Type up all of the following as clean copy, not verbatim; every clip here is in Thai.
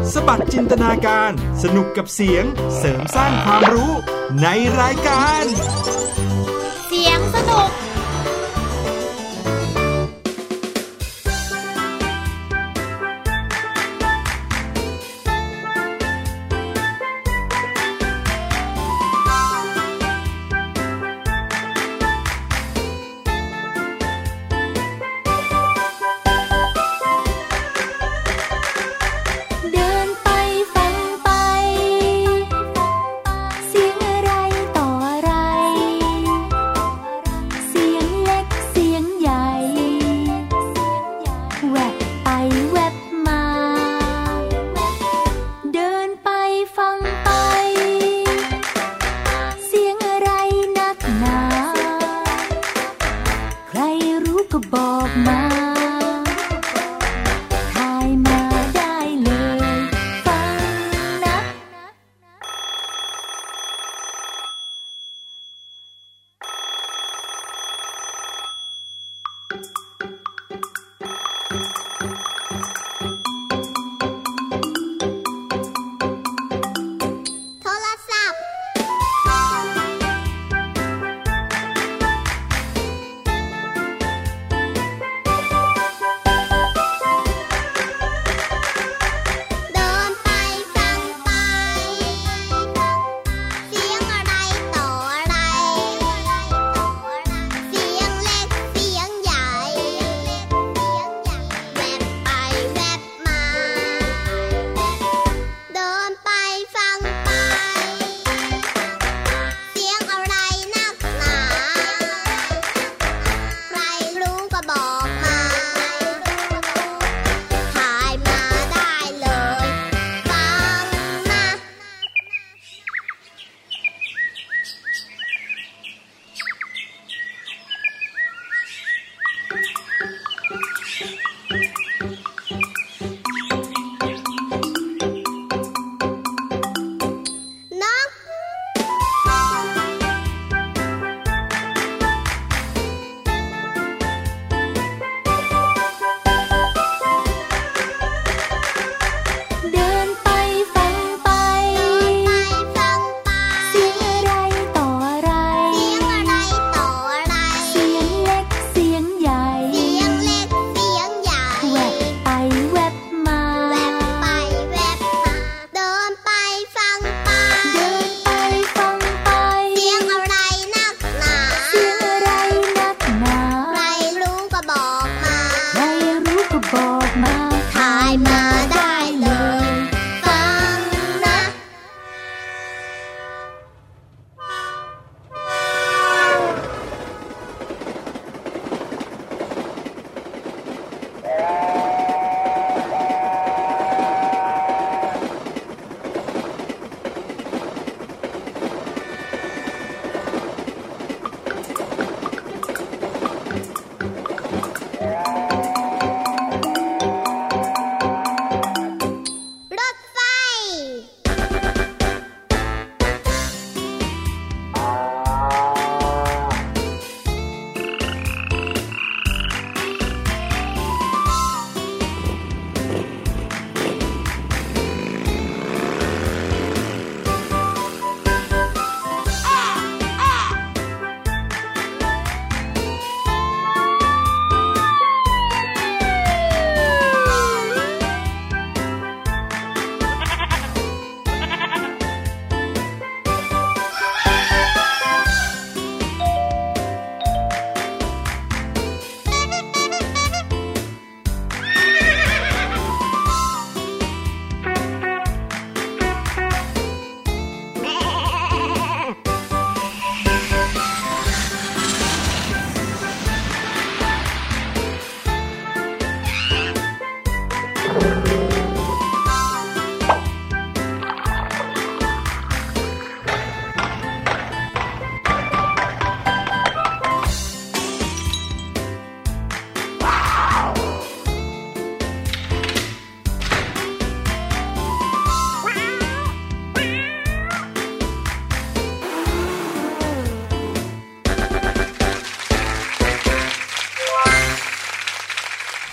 สบัดจินตนาการสนุกกับเสียงเสริมสร้างความรู้ในรายการเสียงสนุก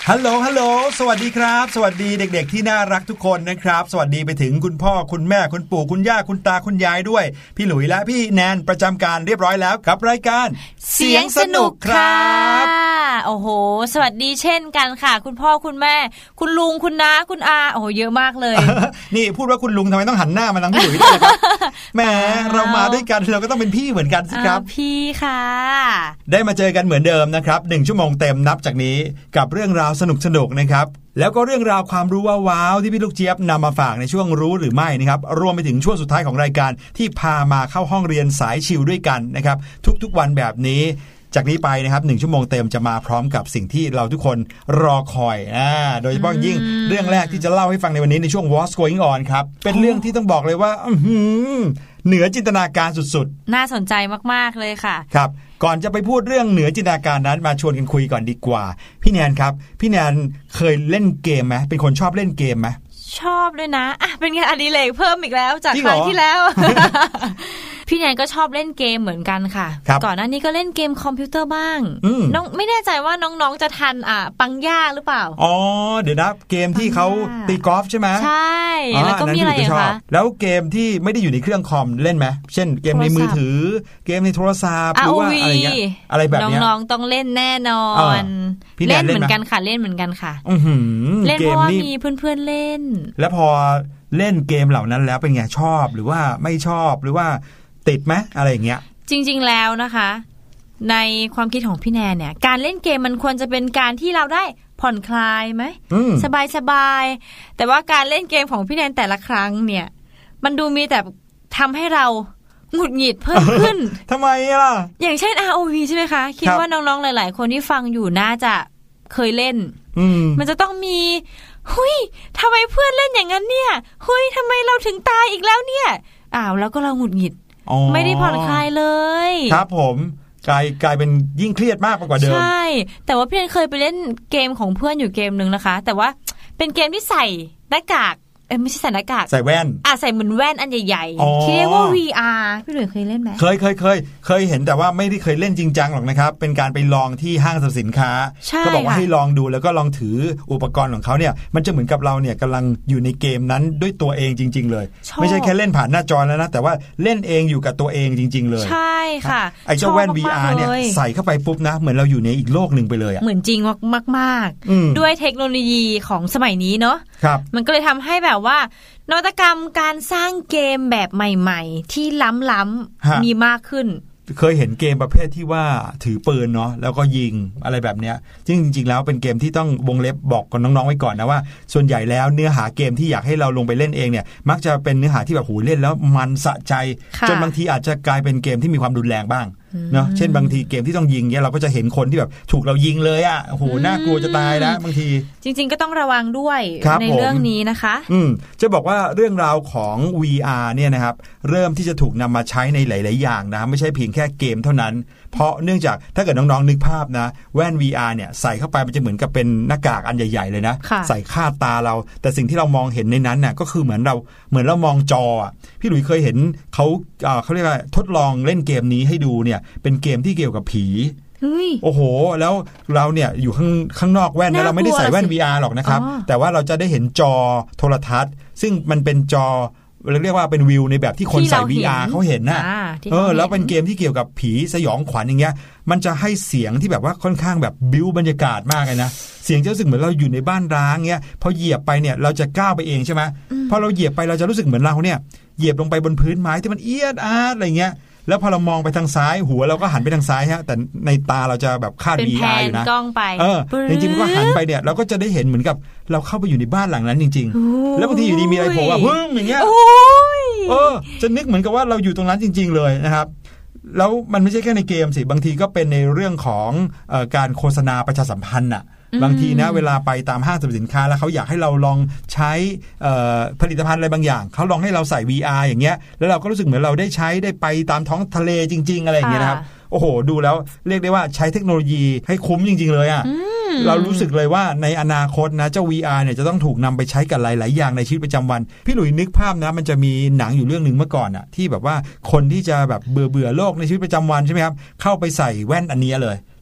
ฮัลโหลสวัสดีครับสวัสดีเด็กๆที่น่ารักทุกคนนะครับสวัสดีไปถึงคุณพ่อคุณแม่คุณปู่คุณย่าคุณตาคุณยายด้วยพี่หลุยและพี่แนนประจำการเรียบร้อยแล้วกับรายการเสียงสนุกครับโอ้โหสวัสดีเช่นกันค่ะคุณพ่อคุณแม่คุณลุงคุณน้าคุณอาโอ้โหเยอะมากเลยนี่พูดว่าคุณลุงทำไมต้องหันหน้ามาทางพี่หลุยด้วยครับ แหมเรามาด้วยกันเราก็ต้องเป็นพี่เหมือนกันสิครับพี่ค่ะได้มาเจอกันเหมือนเดิมนะครับ1ชั่วโมงเต็มนับจากนี้กับเรื่องราวสนุกนะครับแล้วก็เรื่องราวความรู้ว้าวๆที่พี่ลูกเจี๊ยบนำมาฝากในช่วงรู้หรือไม่นะครับรวมไปถึงช่วงสุดท้ายของรายการที่พามาเข้าห้องเรียนสายชิลด้วยกันนะครับทุกๆวันแบบนี้จากนี้ไปนะครับ1ชั่วโมงเต็มจะมาพร้อมกับสิ่งที่เราทุกคนรอคอยโดยเฉพาะยิ่งเรื่องแรกที่จะเล่าให้ฟังในวันนี้ในช่วง What's Going On ครับเป็นเรื่องที่ต้องบอกเลยว่าเหนือจินตนาการสุดๆน่าสนใจมากๆเลยค่ะครับก่อนจะไปพูดเรื่องเหนือจินตนาการนั้นมาชวนกันคุยก่อนดีกว่าพี่แนนครับพี่แนนเคยเล่นเกมไหมเป็นคนชอบเล่นเกมไหมชอบด้วยนะเป็นงานอดิเรกเพิ่มอีกแล้วจากครั้งที่แล้ว พี่แนนก็ชอบเล่นเกมเหมือนกันค่ะก่อนหน้านี้ก็เล่นเกมคอมพิวเตอร์บ้างน้องไม่แน่ใจว่าน้องๆจะทันปังย่าหรือเปล่าอ๋อเดี๋ยวนะเกมที่เขาตีกอล์ฟใช่ไหมใช่แล้วก็มีอะไรอีกคะแล้วเกมที่ไม่ได้อยู่ในเครื่องคอมเล่นไหมเช่นเกมในมือถือเกมในโทรศัพท์หรือว่าอะไรเงี้ยอะไรแบบนี้น้องๆต้องเล่นแน่นอนเล่นเหมือนกันค่ะเล่นเหมือนกันค่ะเล่นเพราะว่ามีเพื่อนๆเล่นแล้วพอเล่นเกมเหล่านั้นแล้วเป็นไงชอบหรือว่าไม่ชอบหรือว่าติดไหมอะไรอย่างเงี้ยจริงๆแล้วนะคะในความคิดของพี่แนนเนี่ยการเล่นเกมมันควรจะเป็นการที่เราได้ผ่อนคลายไหมสบายๆแต่ว่าการเล่นเกมของพี่แนนแต่ละครั้งเนี่ยมันดูมีแต่ทำให้เราหงุดหงิดเพิ่มขึ้นทำไมล่ะอย่างเช่น ROV ใช่ไหมคะคิดว่าน้องๆหลายๆคนที่ฟังอยู่น่าจะเคยเล่นมันจะต้องมีหุยทำไมเพื่อนเล่นอย่างนั้นเนี่ยหุยทำไมเราถึงตายอีกแล้วเนี่ยแล้วก็เราหงุดหงิดไม่ได้ผ่อนคลายเลยครับผมกลายเป็นยิ่งเครียดมากกว่าเดิมใช่แต่ว่าพี่แนนเคยไปเล่นเกมของเพื่อนอยู่เกมนึงนะคะแต่ว่าเป็นเกมที่ใส่หน้ากากไม่ใช่ใส่หน้ากากใส่แว่นใส่เหมือนแว่นอันใหญ่ๆที่เรียกว่า VR พี่หลุยเคยเล่นไหมเคยเห็นแต่ว่าไม่ได้เคยเล่นจริงจังหรอกนะครับเป็นการไปลองที่ห้างสรรพสินค้าก็บอกว่าให้ลองดูแล้วก็ลองถืออุปกรณ์ของเขาเนี่ยมันจะเหมือนกับเราเนี่ยกำลังอยู่ในเกมนั้นด้วยตัวเองจริงๆเลยไม่ใช่แค่เล่นผ่านหน้าจอแล้วนะแต่ว่าเล่นเองอยู่กับตัวเองจริงๆเลยใช่ค่ะไอ้เจ้าแว่น VR เนี่ยใส่เข้าไปปุ๊บนะเหมือนเราอยู่ในอีกโลกนึงไปเลยเหมือนจริงมากๆด้วยเทคโนโลยีของสมัยนี้เนาะมันก็เลยทำให้แบบว่านวัตกรรมการสร้างเกมแบบใหม่ๆที่ล้ำๆมีมากขึ้นเคยเห็นเกมประเภทที่ว่าถือปืนเนาะแล้วก็ยิงอะไรแบบเนี้ยจริงๆแล้วเป็นเกมที่ต้องวงเล็บบอกกับน้องๆไว้ก่อนนะว่าส่วนใหญ่แล้วเนื้อหาเกมที่อยากให้เราลงไปเล่นเองเนี่ยมักจะเป็นเนื้อหาที่แบบโหเล่นแล้วมันสะใจจนบางทีอาจจะกลายเป็นเกมที่มีความรุนแรงบ้างเนาะเช่นบางทีเกมที่ต้องยิงเนี่ยเราก็จะเห็นคนที่แบบถูกเรายิงเลยอ่ะโอ้โหน่ากลัวจะตายนะบางทีจริงๆก็ต้องระวังด้วยในเรื่องนี้นะคะจะบอกว่าเรื่องราวของ VR เนี่ยนะครับเริ่มที่จะถูกนำมาใช้ในหลายๆอย่างนะไม่ใช่เพียงแค่เกมเท่านั้นเพราะเนื่องจากถ้าเกิดน้องๆนึกภาพนะแว่น VR เนี่ยใส่เข้าไปมันจะเหมือนกับเป็นหน้ากากอันใหญ่ๆเลยนะใส่คาดตาเราแต่สิ่งที่เรามองเห็นในนั้นน่ะก็คือเหมือนเรามองจอพี่หลุยเคยเห็นเขาเรียกว่าทดลองเล่นเกมนี้ให้ดูเนี่ยเป็นเกมที่เกี่ยวกับผีโอ้โหแล้วเราเนี่ยอยู่ข้างนอกแว่นนะเราไม่ได้ใส่แว่น VR หรอกนะครับแต่ว่าเราจะได้เห็นจอโทรทัศน์ซึ่งมันเป็นจอเรียกว่าเป็นวิวในแบบที่คนใส่ VR เขาเห็นน่ะแล้วเป็นเกมที่เกี่ยวกับผีสยองขวัญอย่างเงี้ยมันจะให้เสียงที่แบบว่าค่อนข้างแบบบิ้วบรรยากาศมากเลยนะเสียงจะรู้สึกเหมือนเราอยู่ในบ้านร้างเงี้ยพอเหยียบไปเนี่ยเราจะก้าวไปเองใช่ไหมพอเราเหยียบไปเราจะรู้สึกเหมือนเราเนี่ยเหยียบลงไปบนพื้นไม้ที่มันเอียดอาร์อะไรเงี้ยแล้วพอเรามองไปทางซ้ายหัวเราก็หันไปทางซ้ายฮะแต่ในตาเราจะแบบคาด VR อยู่นะกล้องไปจริงๆก็หันไปเนี่ยเราก็จะได้เห็นเหมือนกับเราเข้าไปอยู่ในบ้านหลังนั้นจริงๆแล้วบางทีอยู่ดีมีอะไรโผล่มาพึ่งอย่างเงี้ยจะนึกเหมือนกับว่าเราอยู่ตรงนั้นจริงๆเลยนะครับแล้วมันไม่ใช่แค่ในเกมสิบางทีก็เป็นในเรื่องของการโฆษณาประชาสัมพันธ์อ่ะบางทีนะเวลาไปตามห้างสรรพสินค้าแล้วเขาอยากให้เราลองใช้ผลิตภัณฑ์อะไรบางอย่างเขาลองให้เราใส่ VR อย่างเงี้ยแล้วเราก็รู้สึกเหมือนเราได้ใช้ได้ไปตามท้องทะเลจริงๆอะไรอย่างเงี้ยนะครับโอ้โหดูแล้วเรียกได้ว่าใช้เทคโนโลยีให้คุ้มจริงๆเลยอ่ะเรารู้สึกเลยว่าในอนาคตนะเจ้า VR เนี่ยจะต้องถูกนำไปใช้กับหลายๆอย่างในชีวิตประจำวันพี่หลุยนึกภาพนะมันจะมีหนังอยู่เรื่องนึงเมื่อก่อนอ่ะที่แบบว่าคนที่จะแบบเบื่อโลกในชีวิตประจำวันใช่ไหมครับเข้าไปใส่แว่นอันนี้เลย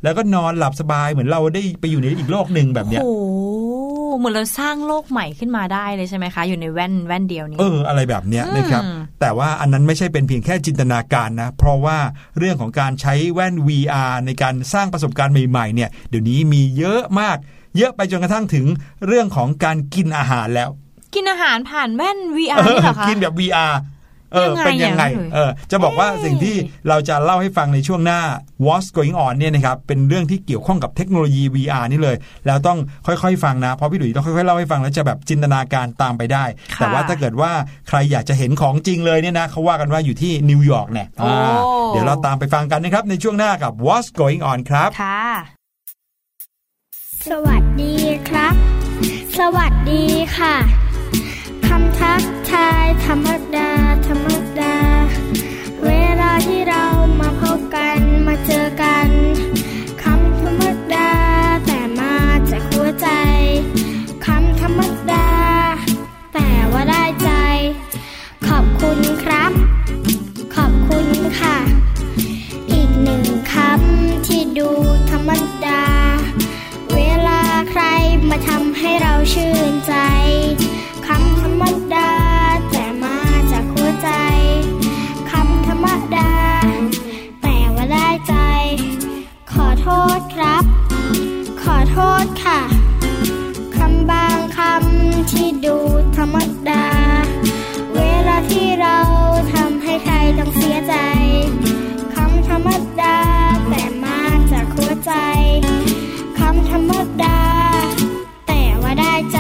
แล้วก็นอนหลับสบายเหมือนเราได้ไปอยู่ในอีกโลกนึงแบบเนี้ยโอ้เหมือนเราสร้างโลกใหม่ขึ้นมาได้เลยใช่ไหมคะอยู่ในแว่นเดียวนี้อะไรแบบเนี้ยนะครับแต่ว่าอันนั้นไม่ใช่เป็นเพียงแค่จินตนาการนะเพราะว่าเรื่องของการใช้แว่น VR ในการสร้างประสบการณ์ใหม่ๆเนี่ยเดี๋ยวนี้มีเยอะมากเยอะไปจนกระทั่งถึงเรื่องของการกินอาหารแล้วกินอาหารผ่านแว่น VR นี่เหรอคะกินแบบ VRเป็นยังไงจะบอกว่าสิ่งที่เราจะเล่าให้ฟังในช่วงหน้า What's Going On เนี่ยนะครับเป็นเรื่องที่เกี่ยวข้องกับเทคโนโลยี VR นี่เลยแล้วต้องค่อยๆฟังนะเพราะพี่ดุยต้องค่อยๆเล่าให้ฟังแล้วจะแบบจินตนาการตามไปได้แต่ว่าถ้าเกิดว่าใครอยากจะเห็นของจริงเลยเนี่ยนะเขาว่ากันว่าอยู่ที่นิวยอร์กเนี่ยเดี๋ยวเราตามไปฟังกันนะครับในช่วงหน้ากับ What's Going On ครับค่ะสวัสดีครับสวัสดีค่ะคำทักทายธรรมดาธรรมดาเวลาที่เรามาพบกันมาเจอกันคำธรรมดาแต่มาจากหัวใจคำธรรมดาแต่ว่าได้ใจขอบคุณครับขอบคุณค่ะอีกหนึ่งคำที่ดูธรรมดาเวลาใครมาทำให้เราชื่นใจคำธรรมดาแต่มาจากหัวใจคำธรรมดาแต่ว่าได้ใจขอโทษครับขอโทษค่ะคำบางคำที่ดูธรรมดาเวลาที่เราทำให้ใครต้องเสียใจคำธรรมดาแต่มาจากหัวใจคำธรรมดาแต่ว่าได้ใจ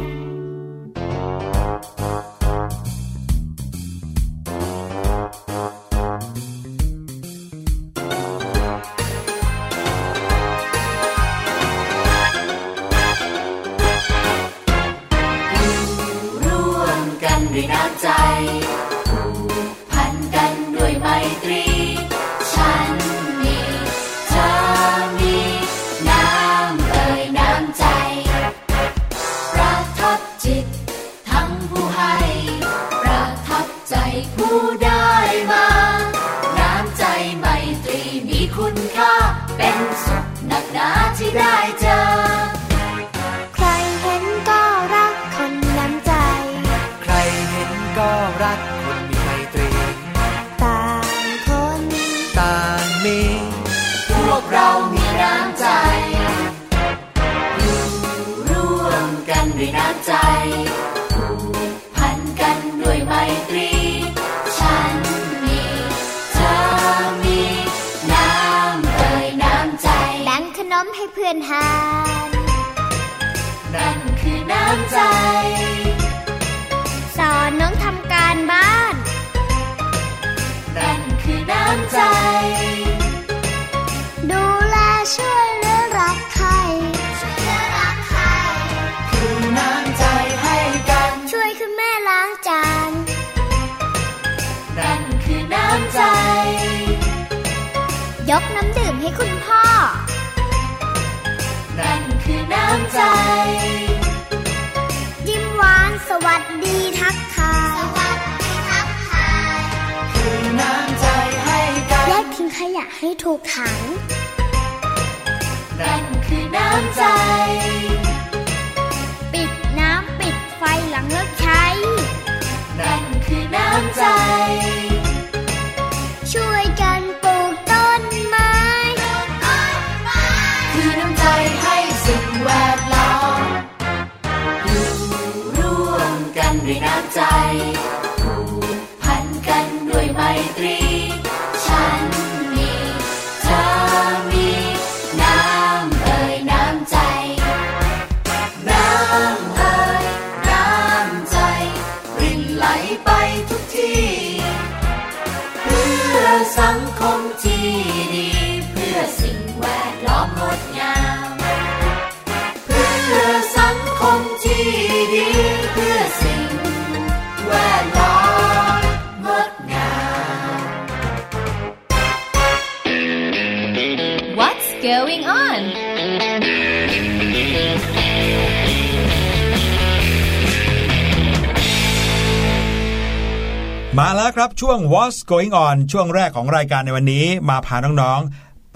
ด้วยน้ำใจผูกพันกันด้วยไมตรีฉันมีเธอมีน้ำน้ำใจประทับจิตทั้งผู้ให้ประทับใจผู้ได้มาน้ำใจไมตรีมีคุณค่าเป็นสุขหนักหนาที่ได้เจอใครเห็นก็รักคนน้ำใจก็รักคนมีไมตรีต่างคนต่างมีพวกเรามีน้ำใจอยู่ร่วมกันด้วยน้ำใจผูกพันกันด้วยไมตรีฉันมีเธอมีน้ำน้ำใจแบ่งขนมให้เพื่อนทานนั่นคือน้ำใจสอนน้องทำการบ้านนั่นคือน้ำใจดูแลช่วยเหลือรักใครคือน้ำใจให้กันช่วยคุณแม่ล้างจานนั่นคือน้ำใจยกน้ำดื่มให้คุณพ่อนั่นคือน้ำใจยิ้มหวานสวัสดีทักทายคือน้ำใจให้กันแยกทิ้งขยะให้ถูกถังนั่นคือน้ำใจปิดน้ำปิดไฟหลังเลิกใช้นั่นคือน้ำใจช่วยกันปลูกต้นไม้คือน้ำใจให้สิ่งแวดล้อมอยู่ร่วมกันด้วยน้ำใจผูกพันกันด้วยไมตรีฉันมีเธอมีน้ำน้ำใจน้ำน้ำใจรินไหลไปทุกที่เพื่อสังคมที่ดีเพื่อสิ่งแวดล้อมงดงามเพื่อสังคมที่ดีเพื่อสิ่งแวดล้อมงดงาม What's going on? มาแล้วครับช่วง What's Going On ช่วงแรกของรายการในวันนี้มาพาน้องๆ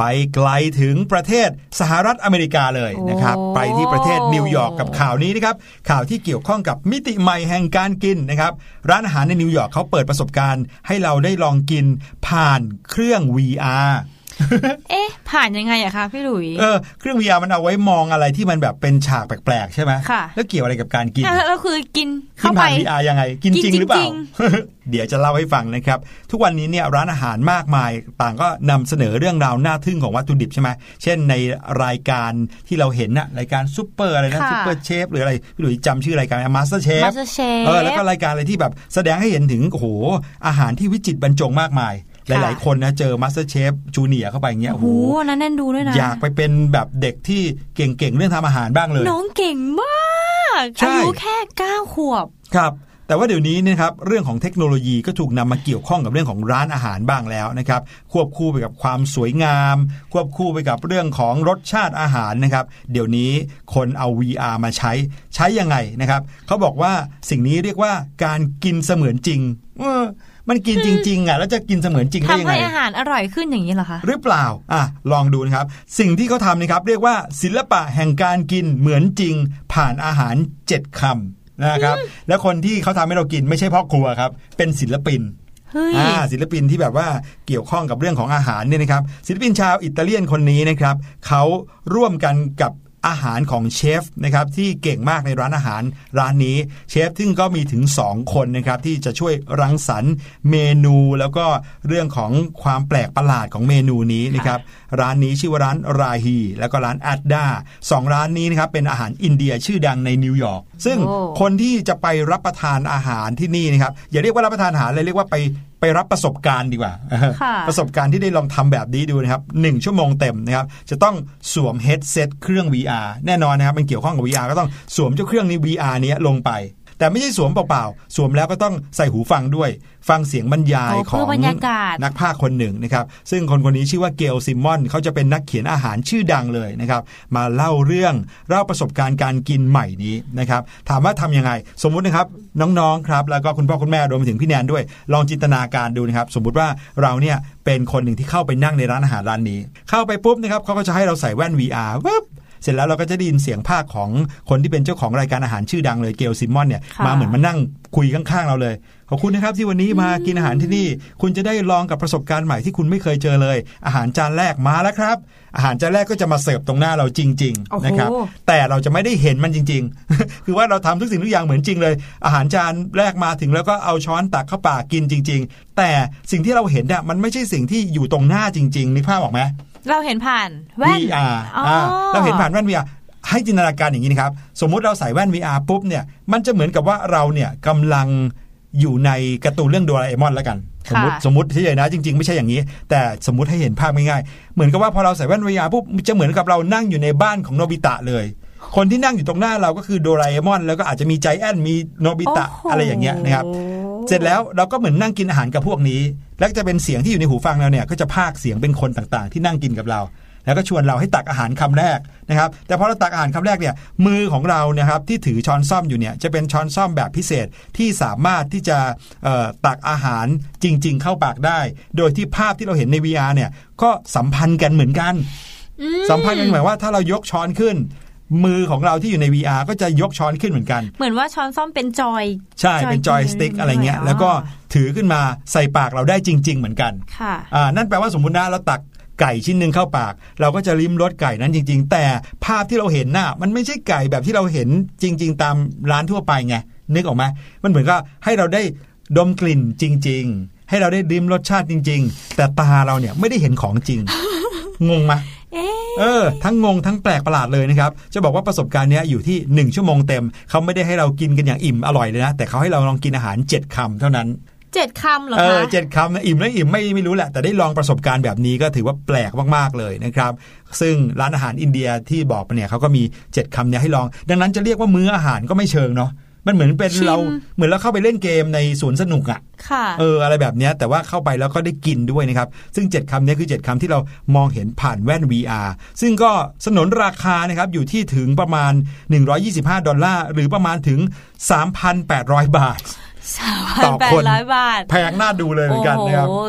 ไปไกลถึงประเทศสหรัฐอเมริกาเลยนะครับไปที่ประเทศนิวยอร์กกับข่าวนี้นะครับข่าวที่เกี่ยวข้องกับมิติใหม่แห่งการกินนะครับร้านอาหารในนิวยอร์กเขาเปิดประสบการณ์ให้เราได้ลองกินผ่านเครื่อง VR เอ๊ะผ่านยังไงอะคะพี่หลุยเครื่อง VR มันเอาไว้มองอะไรที่มันแบบเป็นฉากแปลกๆใช่ไหมค่ะแล้วเกี่ยวอะไรกับการกินแล้วคือกินเข้าไป VR ยังไงกินจริงหรือเปล่า เดี๋ยวจะเล่าให้ฟังนะครับทุกวันนี้เนี่ยร้านอาหารมากมายต่างก็นำเสนอเรื่องราวน่าทึ่งของวัตถุดิบใช่ไหมเช่นในรายการที่เราเห็นน่ะรายการซุปเปอร์อะไรนะซุปเปอร์เชฟหรืออะไรพี่หลุยจำชื่อรายการมาสเตอร์เชฟแล้วก็รายการอะไรที่แบบแสดงให้เห็นถึงโอ้โหอาหารที่วิจิตรบรรจงมากมายหลายๆคนนะเจอ MasterChef Junior เข้าไปอย่างเงี้ยโอ้โหนั่นแน่นดูด้วยนะอยากไปเป็นแบบเด็กที่เก่งๆเรื่องทำอาหารบ้างเลยน้องเก่งมากอายุแค่9 ขวบครับแต่ว่าเดี๋ยวนี้นะครับเรื่องของเทคโนโลยีก็ถูกนำมาเกี่ยวข้องกับเรื่องของร้านอาหารบ้างแล้วนะครับควบคู่ไปกับความสวยงามควบคู่ไปกับเรื่องของรสชาติอาหารนะครับเดี๋ยวนี้คนเอา VR มาใช้ยังไงนะครับเขาบอกว่าสิ่งนี้เรียกว่าการกินเสมือนจริงมันกินจริงๆอ่ะแล้วจะกินเสมือนจริงได้ยังไงทำให้อาหารอร่อยขึ้นอย่างนี้เหรอคะหรือเปล่าลองดูนะครับสิ่งที่เขาทำนะครับเรียกว่าศิลปะแห่งการกินเหมือนจริงผ่านอาหาร7 คำนะครับแล้วคนที่เขาทำให้เรากินไม่ใช่พ่อครัวครับเป็นศิลปินศิลปินที่แบบว่าเกี่ยวข้องกับเรื่องของอาหารเนี่ยนะครับศิลปินชาวอิตาเลียนคนนี้นะครับเขาร่วมกันกับอาหารของเชฟนะครับที่เก่งมากในร้านอาหารร้านนี้เชฟซึ่งก็มีถึง2 คนนะครับที่จะช่วยรังสรรค์เมนูแล้วก็เรื่องของความแปลกประหลาดของเมนูนี้นะครับร้านนี้ชื่อว่าร้านราฮีแล้วก็ร้านอัดดา2 ร้านนี้นะครับเป็นอาหารอินเดียชื่อดังในนิวยอร์กซึ่งคนที่จะไปรับประทานอาหารที่นี่นะครับอย่าเรียกว่ารับประทานอาหารเลยเรียกว่าไปรับประสบการณ์ดีกว่าประสบการณ์ที่ได้ลองทำแบบนี้ดูนะครับ1 ชั่วโมงเต็มนะครับจะต้องสวมเฮดเซตเครื่อง VR แน่นอนนะครับมันเกี่ยวข้องกับ VR ก็ต้องสวมเจ้าเครื่องนี้ VR นี้ลงไปแต่ไม่ใช่สวมเปล่าๆสวมแล้วก็ต้องใส่หูฟังด้วยฟังเสียงบรรยายของนักพากย์คนหนึ่งนะครับซึ่งคนนี้ชื่อว่าเกลซิมมอนเขาจะเป็นนักเขียนอาหารชื่อดังเลยนะครับมาเล่าประสบการณ์การกินใหม่นี้นะครับถามว่าทำยังไงสมมุตินะครับน้องๆครับแล้วก็คุณพ่อคุณแม่รวมไปถึงพี่แนนด้วยลองจินตนาการดูนะครับสมมุติว่าเราเนี่ยเป็นคนหนึ่งที่เข้าไปนั่งในร้านอาหารร้านนี้เข้าไปปุ๊บนะครับเขาก็จะให้เราใส่แว่น VR เสร็จแล้วเราก็จะได้ยินเสียงภาคของคนที่เป็นเจ้าของรายการอาหารชื่อดังเลยเกลซิมมอนเนี่ยมาเหมือนมานั่งคุยข้างๆเราเลยขอบคุณนะครับที่วันนี้มากินอาหารที่นี่คุณจะได้ลองกับประสบการณ์ใหม่ที่คุณไม่เคยเจอเลยอาหารจานแรกมาแล้วครับอาหารจานแรกก็จะมาเสิร์ฟตรงหน้าเราจริงๆนะครับแต่เราจะไม่ได้เห็นมันจริงๆ คือว่าเราทำทุกสิ่งทุกอย่างเหมือนจริงเลยอาหารจานแรกมาถึงแล้วก็เอาช้อนตักเข้าปากกินจริงๆแต่สิ่งที่เราเห็นเนี่ยมันไม่ใช่สิ่งที่อยู่ตรงหน้าจริงๆนึกภาพออกไหมเราเห็นผ่านแว่น VR เราเห็นผ่านแว่น VR ให้จินตนาการอย่างนี้นะครับสมมุติเราใส่แว่น VR ปุ๊บเนี่ยมันจะเหมือนกับว่าเราเนี่ยกำลังอยู่ในการ์ตูนเรื่องโดราเอมอนแล้วกันสมมติเฉยๆนะจริงๆไม่ใช่อย่างนี้แต่สมมุติให้เห็นภาพง่ายๆเหมือนกับว่าพอเราใส่แว่น VR ปุ๊บจะเหมือนกับเรานั่งอยู่ในบ้านของโนบิตะเลยคนที่นั่งอยู่ตรงหน้าเราก็คือโดราเอมอนแล้วก็อาจจะมีใจแอนมีโนบิตะอะไรอย่างเงี้ยนะครับเสร็จแล้วเราก็เหมือนนั่งกินอาหารกับพวกนี้แล้วจะเป็นเสียงที่อยู่ในหูฟังเราเนี่ยก็จะพากย์เสียงเป็นคนต่างๆที่นั่งกินกับเราแล้วก็ชวนเราให้ตักอาหารคำแรกนะครับแต่พอเราตักอาหารคำแรกเนี่ยมือของเรานะครับที่ถือช้อนส้อมอยู่เนี่ยจะเป็นช้อนส้อมแบบพิเศษที่สามารถที่จะตักอาหารจริงๆเข้าปากได้โดยที่ภาพที่เราเห็นใน VR เนี่ยก็สัมพันธ์กันเหมือนกันสัมพันธ์กันหมายว่าถ้าเรายกช้อนขึ้นมือของเราที่อยู่ใน VR ก็จะยกช้อนขึ้นเหมือนกันเหมือนว่าช้อนส้อมเป็นจอยใช่เป็นจอยสติ๊กอะไรเงี้ยแล้วก็ถือขึ้นมาใส่ปากเราได้จริงๆเหมือนกันค่ะนั่นแปลว่าสมมุตินะเราตักไก่ชิ้นนึงเข้าปากเราก็จะลิ้มรสไก่นั้นจริงๆแต่ภาพที่เราเห็นน่ะมันไม่ใช่ไก่แบบที่เราเห็นจริงๆตามร้านทั่วไปไงนึกออกไหมมันเหมือนก็ให้เราได้ดมกลิ่นจริงๆให้เราได้ลิ้มรสชาติจริงๆแต่ตาเราเนี่ยไม่ได้เห็นของจริง งงไหมทั้งงงทั้งแปลกประหลาดเลยนะครับจะบอกว่าประสบการณ์นี้อยู่ที่1 ชั่วโมงเต็มเขาไม่ได้ให้เรากินกันอย่างอิ่มอร่อยเลยนะแต่เขาให้เราลองกินอาหาร7 คำเท่านั้น 7 คำเหรอคะ 7 คำนะอิ่มแล้วอิ่มไม่รู้แหละแต่ได้ลองประสบการณ์แบบนี้ก็ถือว่าแปลกมากๆเลยนะครับซึ่งร้านอาหารอินเดียที่บอกไปเนี่ยเขาก็มี7 คำเนี่ยให้ลองดังนั้นจะเรียกว่ามื้ออาหารก็ไม่เชิงเนาะมันเหมือนเป็นเราเข้าไปเล่นเกมในสวนสนุกอ่ะอะไรแบบนี้แต่ว่าเข้าไปแล้วก็ได้กินด้วยนะครับซึ่ง7 คำนี้คือ7 คำที่เรามองเห็นผ่านแว่น VR ซึ่งก็สนนราคานะครับอยู่ที่ถึงประมาณ$125หรือประมาณถึง 3,800 บาทต่อคนบาทแพงน่าดูเลยเหมือนกันนะครับ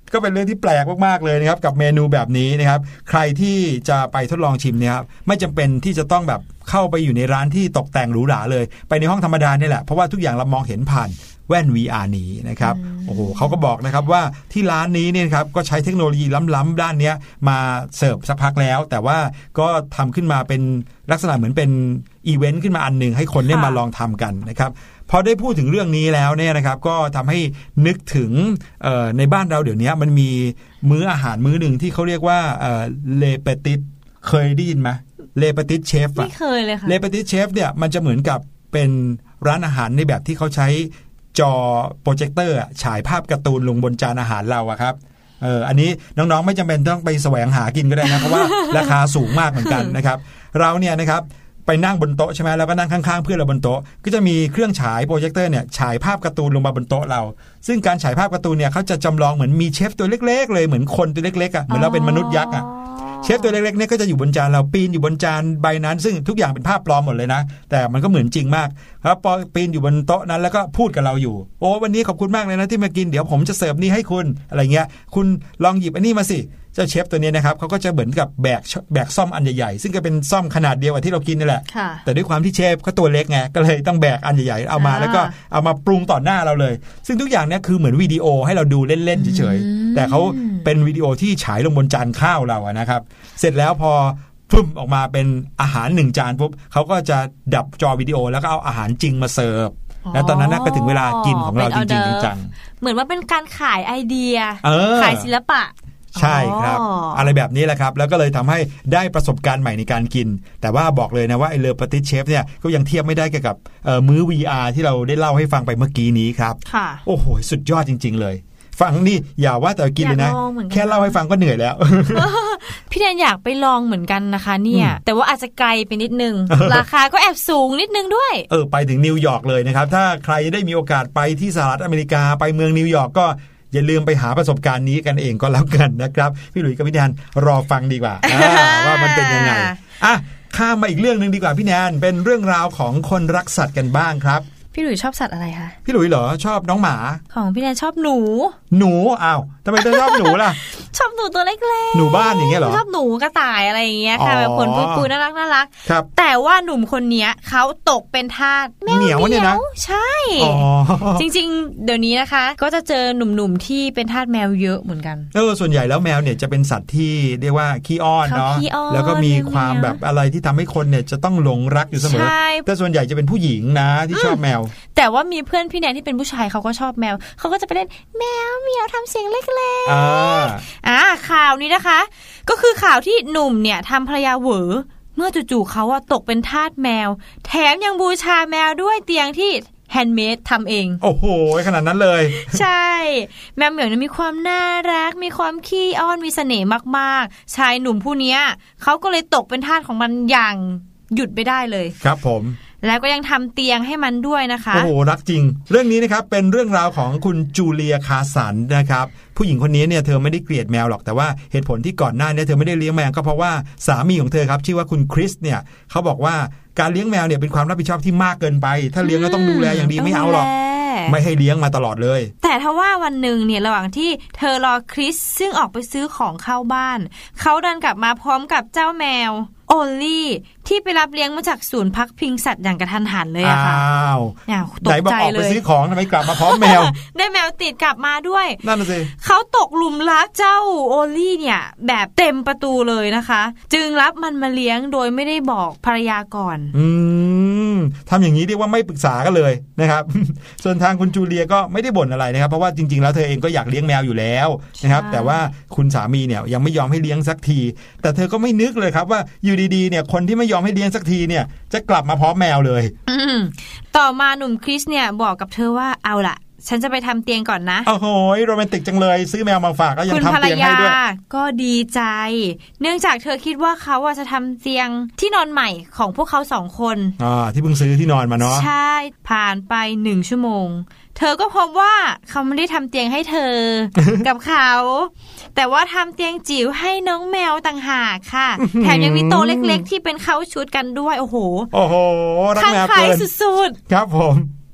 ก็เป็นเรื่องที่แปลกมากๆเลยนะครับกับเมนูแบบนี้นะครับใครที่จะไปทดลองชิมเนี่ยครับไม่จำเป็นที่จะต้องแบบเข้าไปอยู่ในร้านที่ตกแต่งหรูหราเลยไปในห้องธรรมดานี่แหละเพราะว่าทุกอย่างเรามองเห็นผ่านแว่น VR นี้นะครับโอ้โหเขาก็บอกนะครับว่าที่ร้านนี้เนี่ยครับก็ใช้เทคโนโลยีล้ำๆด้านนี้มาเสิร์ฟสักพักแล้วแต่ว่าก็ทำขึ้นมาเป็นลักษณะเหมือนเป็นอีเวนต์ขึ้นมาอันนึงให้คนได้มาลองทำกันนะครับพอได้พูดถึงเรื่องนี้แล้วเนี่ยนะครับก็ทำให้นึกถึงในบ้านเราเดี๋ยวนี้มันมีมื้ออาหารมื้อหนึ่งที่เขาเรียกว่าเลเปติสเคยได้ยินไหมเลเปติสเชฟไม่เคยเลยค่ะเลเปติสเชฟเนี่ยมันจะเหมือนกับเป็นร้านอาหารในแบบที่เขาใช้จอโปรเจคเตอร์ฉายภาพการ์ตูนลงบนจานอาหารเราอะครับอันนี้น้องๆไม่จำเป็นต้องไปแสวงหากินก็ได้นะเพราะว่าราคาสูงมากเหมือนกันนะครับเราเนี่ยนะครับไปนั่งบนโต๊ะใช่ไหมแล้วก็นั่งข้างๆเพื่อนเราบนโต๊ะก็จะมีเครื่องฉายโปรเจคเตอร์เนี่ยฉายภาพการ์ตูนลงมาบนโต๊ะเราซึ่งการฉายภาพการ์ตูนเนี่ยเขาจะจำลองเหมือนมีเชฟตัวเล็กๆเลยเหมือนคนตัวเล็กๆอ่ะเหมือนเราเป็นมนุษย์ยักษ์อ่ะเชฟตัวเล็กๆเนี่ยก็จะอยู่บนจานเราปีนอยู่บนจานใบนั้นซึ่งทุกอย่างเป็นภาพปลอมหมดเลยนะแต่มันก็เหมือนจริงมากครับพอปีนอยู่บนโต๊ะนั้นแล้วก็พูดกับเราอยู่โอ้วันนี้ขอบคุณมากเลยนะที่มากินเดี๋ยวผมจะเสิร์ฟนี่ให้คุณอะไรเงี้ยคุณลองหยิบอันนี้มาสิเจ้าเชฟตัวนี้นะครับเขาก็จะเหมือนกับแบกซ่อมอันใหญ่ๆซึ่งก็เป็นซ่อมขนาดเดียวกับที่เรากินนี่แหละแต่ด้วยความที่เชฟเขาตัวเล็กไงก็เลยต้องแบกอันใหญ่ๆเอามาแล้วก็เอามาปรุงต่อหน้าเราเลยซึ่งทุกอย่างเนี่ยคือเหมือนวิดีโอให้เราดูเล่นๆเฉยๆแต่เขาเป็นวิดีโอที่ฉายลงบนจานข้าวเราอะนะครับเสร็จแล้วพอพุ่มออกมาเป็นอาหาร1จานปุ๊บเขาก็จะดับจอวิดีโอแล้วก็เอาอาหารจริงมาเสิร์ฟแล้วตอนนั้นก็ถึงเวลากินของเราจริงๆจังเหมือนว่าเป็นการขายไอเดียขายศิลปะใช่ครับอะไรแบบนี้แหละครับแล้วก็เลยทำให้ได้ประสบการณ์ใหม่ในการกินแต่ว่าบอกเลยนะว่าไอเลอปาติสเชฟเนี่ยก็ยังเทียบไม่ได้กับมื้อ VR ที่เราได้เล่าให้ฟังไปเมื่อกี้นี้ครับโอ้โหสุดยอดจริงๆเลยฟังนี่อย่าว่าแต่กินเลยนะแค่เล่าให้ฟังก็เหนื่อยแล้วพี่แดนอยากไปลองเหมือนกันนะคะเนี่ยแต่ว่าอาจจะไกลไปนิดนึง ราคาก็แอบสูงนิดนึงด้วยไปถึงนิวยอร์กเลยนะครับถ้าใครได้มีโอกาสไปที่สหรัฐอเมริกาไปเมืองนิวยอร์กก็อย่าลืมไปหาประสบการณ์นี้กันเองก็แล้วกันนะครับพี่หลุยส์กับพี่แดนรอฟังดีกว่า ว่ามันเป็นยังไงข้ามมาอีกเรื่องนึงดีกว่าพี่แดนเป็นเรื่องราวของคนรักสัตว์กันบ้างครับพี่หลุยชอบสัตว์อะไรคะพี่หลุยเหรอชอบน้องหมาของพี่แดนชอบหนูอ้าวทำไมเธอชอบหนูล่ะชอบหนูตัวเล็กๆหนูบ้านอย่างเงี้ยเหรอชอบหนูกระต่ายอะไรอย่างเงี้ยค่ะแบบขนปุยๆน่ารักแต่ว่าหนุ่มคนนี้เขาตกเป็นทาสแมวเหมียวเนี่ยนะใช่จริงๆเดี๋ยวนี้นะคะก็จะเจอหนุ่มๆที่เป็นทาสแมวเยอะเหมือนกันส่วนใหญ่แล้วแมวเนี่ยจะเป็นสัตว์ที่เรียกว่าขี้อ้อนเนาะแล้วก็มีความแบบอะไรที่ทำให้คนเนี่ยจะต้องหลงรักอยู่เสมอแต่ส่วนใหญ่จะเป็นผู้หญิงนะที่ชอบแมวแต่ว่ามีเพื่อนพี่แนนที่เป็นผู้ชายเขาก็ชอบแมวเขาก็จะไปเล่นแมวเหมียวทำเสียงเล็กๆข่าวนี้นะคะก็คือข่าวที่หนุ่มเนี่ยทำภรรยาเหวอเมื่อจู่ๆเขาตกเป็นทาสแมวแถมยังบูชาแมวด้วยเตียงที่แฮนด์เมดทำเองโอ้โหขนาดนั้นเลยใช่แมวเหมียวมีความน่ารักมีความขี้อ้อนมีเสน่ห์มากๆชายหนุ่มผู้นี้เขาก็เลยตกเป็นทาสของมันอย่างหยุดไม่ได้เลยครับผมแล้วก็ยังทำเตียงให้มันด้วยนะคะโอ้โหรักจริงเรื่องนี้นะครับเป็นเรื่องราวของคุณจูเลียคาสันนะครับผู้หญิงคนนี้เนี่ยเธอไม่ได้เกลียดแมวหรอกแต่ว่าเหตุผลที่ก่อนหน้านี้เธอไม่ได้เลี้ยงแมวก็เพราะว่าสามีของเธอครับชื่อว่าคุณคริสเนี่ยเขาบอกว่าการเลี้ยงแมวเนี่ยเป็นความรับผิดชอบที่มากเกินไปถ้าเลี้ยงแล้วต้องดูแลอย่างดีไม่เอาหรอกไม่ให้เลี้ยงมาตลอดเลยแต่ถ้าว่าวันหนึ่งเนี่ยระหว่างที่เธอรอคริสซึ่งออกไปซื้อของเข้าบ้านเขาเดินกลับมาพร้อมกับเจ้าแมวโอลลี่ที่ไปรับเลี้ยงมาจากศูนย์พักพิงสัตว์อย่างกระทันหันเลยอะค่ะไหนบอกออกไปซื้อของทำไมกลับมาพร้อมแมวได้แมวติดกลับมาด้วยนั่นน่ะสิเขาตกหลุมรักเจ้าโอลลี่เนี่ยแบบเต็มประตูเลยนะคะจึงรับมันมาเลี้ยงโดยไม่ได้บอกภรรยาก่อนทำอย่างนี้เรียกว่าไม่ปรึกษากันเลยนะครับ ส่วนทางคุณจูเลียก็ไม่ได้บ่นอะไรนะครับเพราะว่าจริงๆแล้วเธอเองก็อยากเลี้ยงแมวอยู่แล้วนะครับแต่ว่าคุณสามีเนี่ยยังไม่ยอมให้เลี้ยงสักทีแต่เธอก็ไม่นึกเลยครับว่าอยู่ดีๆเนี่ยคนที่ไม่ยอมให้เลี้ยงสักทีเนี่ยจะกลับมาพร้อมแมวเลยต่อมาหนุ่มคริสเนี่ยบอกกับเธอว่าเอาล่ะฉันจะไปทำเตียงก่อนนะโอ้โหโรแมนติกจังเลยซื้อแมวมาฝากก็ยังทำเตียงให้ด้วยก็ดีใจเนื่องจากเธอคิดว่าเขาจะทำเตียงที่นอนใหม่ของพวกเขา2 คนที่เพิ่งซื้อที่นอนมาเนาะใช่ผ่านไป1 ชั่วโมงเธอก็พบว่าเขาไม่ได้ทำเตียงให้เธอ กับเขาแต่ว่าทำเตียงจิ๋วให้น้องแมวต่างหากค่ะแถมยังมีโต๊ะเล็กๆที่เป็นเข้าชุดกันด้วยโอ้โหรักแมวเกินสุดๆครับผม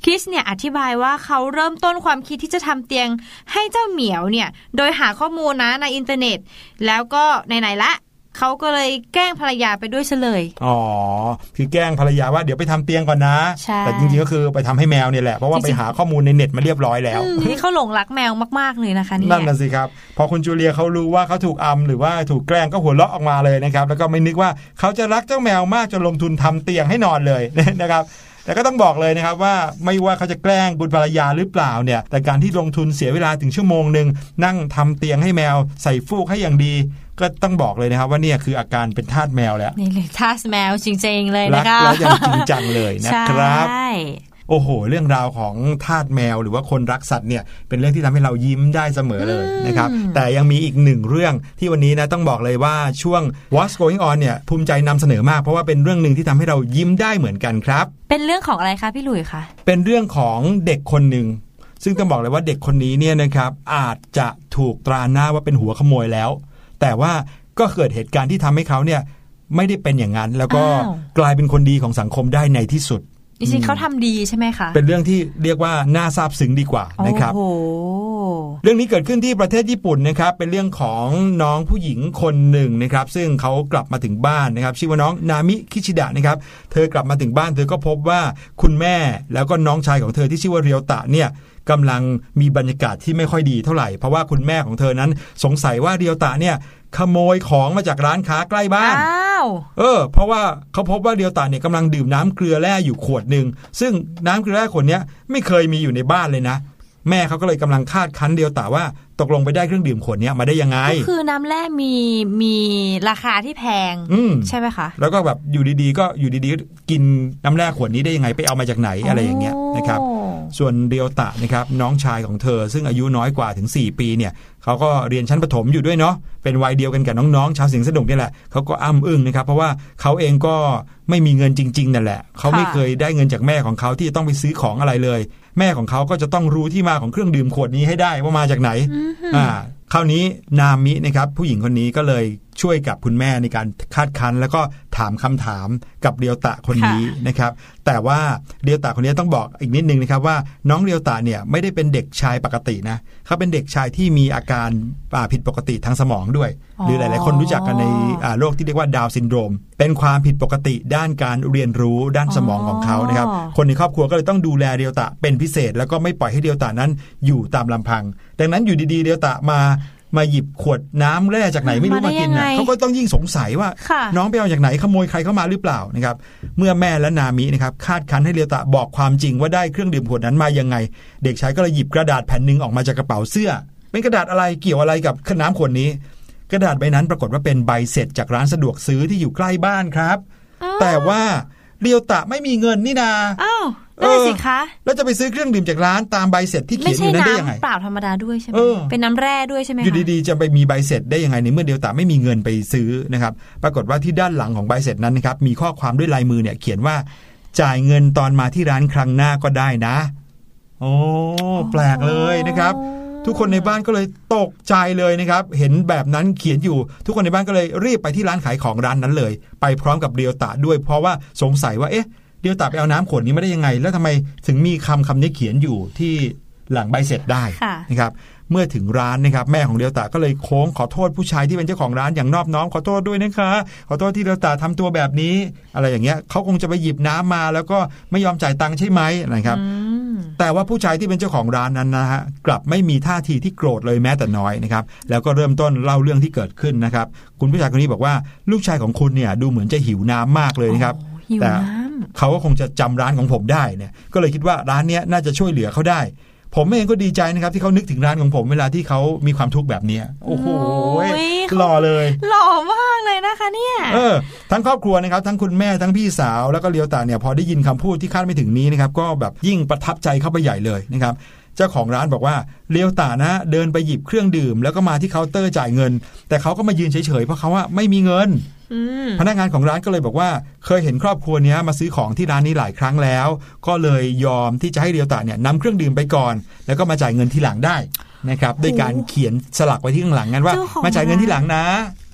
คริสเนี่ยอธิบายว่าเขาเริ่มต้นความคิดที่จะทำเตียงให้เจ้าเหมียวเนี่ยโดยหาข้อมูลนะในอินเทอร์เน็ตแล้วก็ไหนๆละเขาก็เลยแกล้งภรรยาไปด้วยซะเลยอ๋อคือแกล้งภรรยาว่าเดี๋ยวไปทำเตียงก่อนนะแต่จริงๆก็คือไปทำให้แมวเนี่ยแหละเพราะว่าไปหาข้อมูลในเน็ตมาเรียบร้อยแล้วนี่เขาหลงรักแมวมากๆเลยนะคะนี่นั่นน่ะสิครับพอคุณจูเลียเขารู้ว่าเขาถูกหรือว่าถูกแกล้งก็หัวเราะออกมาเลยนะครับแล้วก็ไม่นึกว่าเขาจะรักเจ้าแมวมากจนลงทุนทำเตียงให้นอนเลยนะครับแต่ก็ต้องบอกเลยนะครับว่าไม่ว่าเขาจะแกล้งคุณภรรยาหรือเปล่าเนี่ยแต่การที่ลงทุนเสียเวลาถึงชั่วโมงนึงนั่งทำเตียงให้แมวใส่ฟูกให้อย่างดีก็ต้องบอกเลยนะครับว่าเนี่ยคืออาการเป็นทาสแมวแล้วนี่เลยทาสแมวจริงๆเลยนะคะรักแล้วอย่างจริงจังเลยนะครับโอ้โหเรื่องราวของทาสแมวหรือว่าคนรักสัตว์เนี่ยเป็นเรื่องที่ทำให้เรายิ้มได้เสมอเลยนะครับแต่ยังมีอีกหนึ่งเรื่องที่วันนี้นะต้องบอกเลยว่าช่วง What's Going On เนี่ยภูมิใจนำเสนอมากเพราะว่าเป็นเรื่องนึงที่ทำให้เรายิ้มได้เหมือนกันครับเป็นเรื่องของอะไรคะพี่หลุยส์คะเป็นเรื่องของเด็กคนนึงซึ่งต้องบอกเลยว่าเด็กคนนี้เนี่ยนะครับอาจจะถูกตราหน้าว่าเป็นหัวขโมยแล้วแต่ว่าก็เกิดเหตุการณ์ที่ทำให้เขาเนี่ยไม่ได้เป็นอย่างนั้นแล้วก็กลายเป็นคนดีของสังคมได้ในที่สุดจริงๆเขาทำดีใช่ไหมคะเป็นเรื่องที่เรียกว่าน่าซาบซึ้งดีกว่านะครับเรื่องนี้เกิดขึ้นที่ประเทศญี่ปุ่นนะครับเป็นเรื่องของน้องผู้หญิงคนหนึ่งนะครับซึ่งเขากลับมาถึงบ้านนะครับชื่อว่าน้องนามิคิชิดะนะครับเธอกลับมาถึงบ้านเธอก็พบว่าคุณแม่แล้วก็น้องชายของเธอที่ชื่อว่าเรียวตะเนี่ยกำลังมีบรรยากาศที่ไม่ค่อยดีเท่าไหร่เพราะว่าคุณแม่ของเธอนั้นสงสัยว่าเรียวตะเนี่ยขโมยของมาจากร้านค้าใกล้บ้านเพราะว่าเขาพบว่าเรียวตะเนี่ยกำลังดื่มน้ำเกลือแร่อยู่ขวดนึงซึ่งน้ำเกลือแร่ขวดนี้ไม่เคยมีอยู่ในบ้านเลยนะแม่เขาก็เลยกำลังคาดคั้นเรียวตะว่าตกลงไปได้เครื่องดื่มขวดนี้มาได้ยังไงก็คือน้ำแร่มีราคาที่แพงใช่ไหมคะแล้วก็แบบอยู่ดีๆก็กินน้ำแร่ขวดนี้ได้ยังไงไปเอามาจากไหนอะไรอย่างเงี้ยนะครับส่วนเรียวตะนะครับน้องชายของเธอซึ่งอายุน้อยกว่าถึง4ปีเนี่ยเขาก็เรียนชั้นประถมอยู่ด้วยเนาะเป็นวัยเดียวกันกับน้องๆชาวสิงห์สนุกนี่แหละเขาก็อึ้งนะครับเพราะว่าเขาเองก็ไม่มีเงินจริงๆนั่นแหละเขาไม่เคยได้เงินจากแม่ของเขาที่จะต้องไปซื้อของอะไรเลยแม่ของเขาก็จะต้องรู้ที่มาของเครื่องดื่มขวดนี้ให้ได้ว่ามาจากไหนคราวนี้นามินะครับผู้หญิงคนนี้ก็เลยช่วยกับคุณแม่ในการคาดคั้นแล้วก็ถามคำถามกับเรียวตะคนนี้นะครับแต่ว่าเรียวตะคนนี้ต้องบอกอีกนิดนึงนะครับว่าน้องเรียวตะเนี่ยไม่ได้เป็นเด็กชายปกตินะเขาเป็นเด็กชายที่มีอาการผิดปกติทางสมองด้วยหรือหลายๆคนรู้จักกันในโรคที่เรียกว่าดาวน์ซินโดรมเป็นความผิดปกติด้านการเรียนรู้ด้านสมองของเขานะครับคนในครอบครัวก็เลยต้องดูแลเรียวตะเป็นพิเศษแล้วก็ไม่ปล่อยให้เรียวตะนั้นอยู่ตามลำพังดังนั้นอยู่ดีๆเรียวตะมาหยิบขวดน้ำแร่จากไหนไม่รู้มากินนะเขาก็ต้องยิ่งสงสัยว่าน้องไปเอาจากไหนขโมยใครเข้ามาหรือเปล่านะครับเมื่อแม่และนามินะครับคาดคั้นให้เรียวตะบอกความจริงว่าได้เครื่องดื่มขวดนั้นมายังไงเด็กชายก็เลยหยิบกระดาษแผ่นนึงออกมาจากกระเป๋าเสื้อเป็นกระดาษอะไรเกี่ยวอะไรกับน้ำขวดนี้กระดาษใบนั้นปรากฏว่าเป็นใบเสร็จจากร้านสะดวกซื้อที่อยู่ใกล้บ้านครับแต่ว่าเรียวตะไม่มีเงินนี่นานั่นสิคะแล้วจะไปซื้อเครื่องดื่มจากร้านตามใบเสร็จที่เขียนอยู่นั้นได้ยังไงไม่ใช่น้ำเปล่าธรรมดาด้วยใช่ไหมเป็นน้ำแร่ด้วยใช่ไหมอยู่ดีๆจะไปมีใบเสร็จได้ยังไงในเมื่อเรียวตะไม่มีเงินไปซื้อนะครับปรากฏว่าที่ด้านหลังของใบเสร็จนั้นนะครับมีข้อความด้วยลายมือเนี่ยเขียนว่าจ่ายเงินตอนมาที่ร้านครั้งหน้าก็ได้นะโอ้แปลกเลยนะครับทุกคนในบ้านก็เลยตกใจเลยนะครับเห็นแบบนั้นเขียนอยู่ทุกคนในบ้านก็เลยรีบไปที่ร้านขายของร้านนั้นเลยไปพร้อมกับเรียวตะด้วยเพราะว่าสงสัยว่าเเรียวตะไปเอาน้ำขวดนี้ไม่ได้ยังไงแล้วทำไมถึงมีคำนี้เขียนอยู่ที่หลังใบเสร็จได้นะครับเมื่อถึงร้านนะครับแม่ของเรียวตะก็เลยโค้งขอโทษผู้ชายที่เป็นเจ้าของร้านอย่างนอบน้อมขอโทษด้วยนะคะขอโทษที่เรียวตะทำตัวแบบนี้อะไรอย่างเงี้ยเขาคงจะไปหยิบน้ำมาแล้วก็ไม่ยอมจ่ายตังค์ใช่ไหมนะครับแต่ว่าผู้ชายที่เป็นเจ้าของร้านนั้นนะฮะกลับไม่มีท่าทีที่โกรธเลยแม้แต่น้อยนะครับแล้วก็เริ่มต้นเล่าเรื่องที่เกิดขึ้นนะครับคุณผู้ชายคนนี้บอกว่าลูกชายของคุณเนี่ยดูเหมือนจะหิวน้ำมากเลยนะครับแต่เขาก็คงจะจำร้านของผมได้เนี่ยก็เลยคิดว่าร้านนี้น่าจะช่วยเหลือเขาได้ผมเองก็ดีใจนะครับที่เขานึกถึงร้านของผมเวลาที่เขามีความทุกข์แบบนี้โอ้โหหล่อเลยหล่อมากเลยนะคะเนี่ยทั้งครอบครัวนะครับทั้งคุณแม่ทั้งพี่สาวแล้วก็เรียวตะเนี่ยพอได้ยินคำพูดที่คาดไม่ถึงนี้นะครับก็แบบยิ่งประทับใจเข้าไปใหญ่เลยนะครับเจ้าของร้านบอกว่าเรียวตะนะเดินไปหยิบเครื่องดื่มแล้วก็มาที่เคาน์เตอร์จ่ายเงินแต่เขาก็มายืนเฉยๆเพราะเขาว่าไม่มีเงินพนักงานของร้านก็เลยบอกว่าเคยเห็นครอบครัวนี้มาซื้อของที่ร้านนี้หลายครั้งแล้วก็เลยยอมที่จะให้เรียวตะเนี่ยนำเครื่องดื่มไปก่อนแล้วก็มาจ่ายเงินทีหลังได้นะครับด้วยการเขียนสลักไว้ที่ข้างหลังงั้นว่ามาจ่ายเงินทีหลังนะ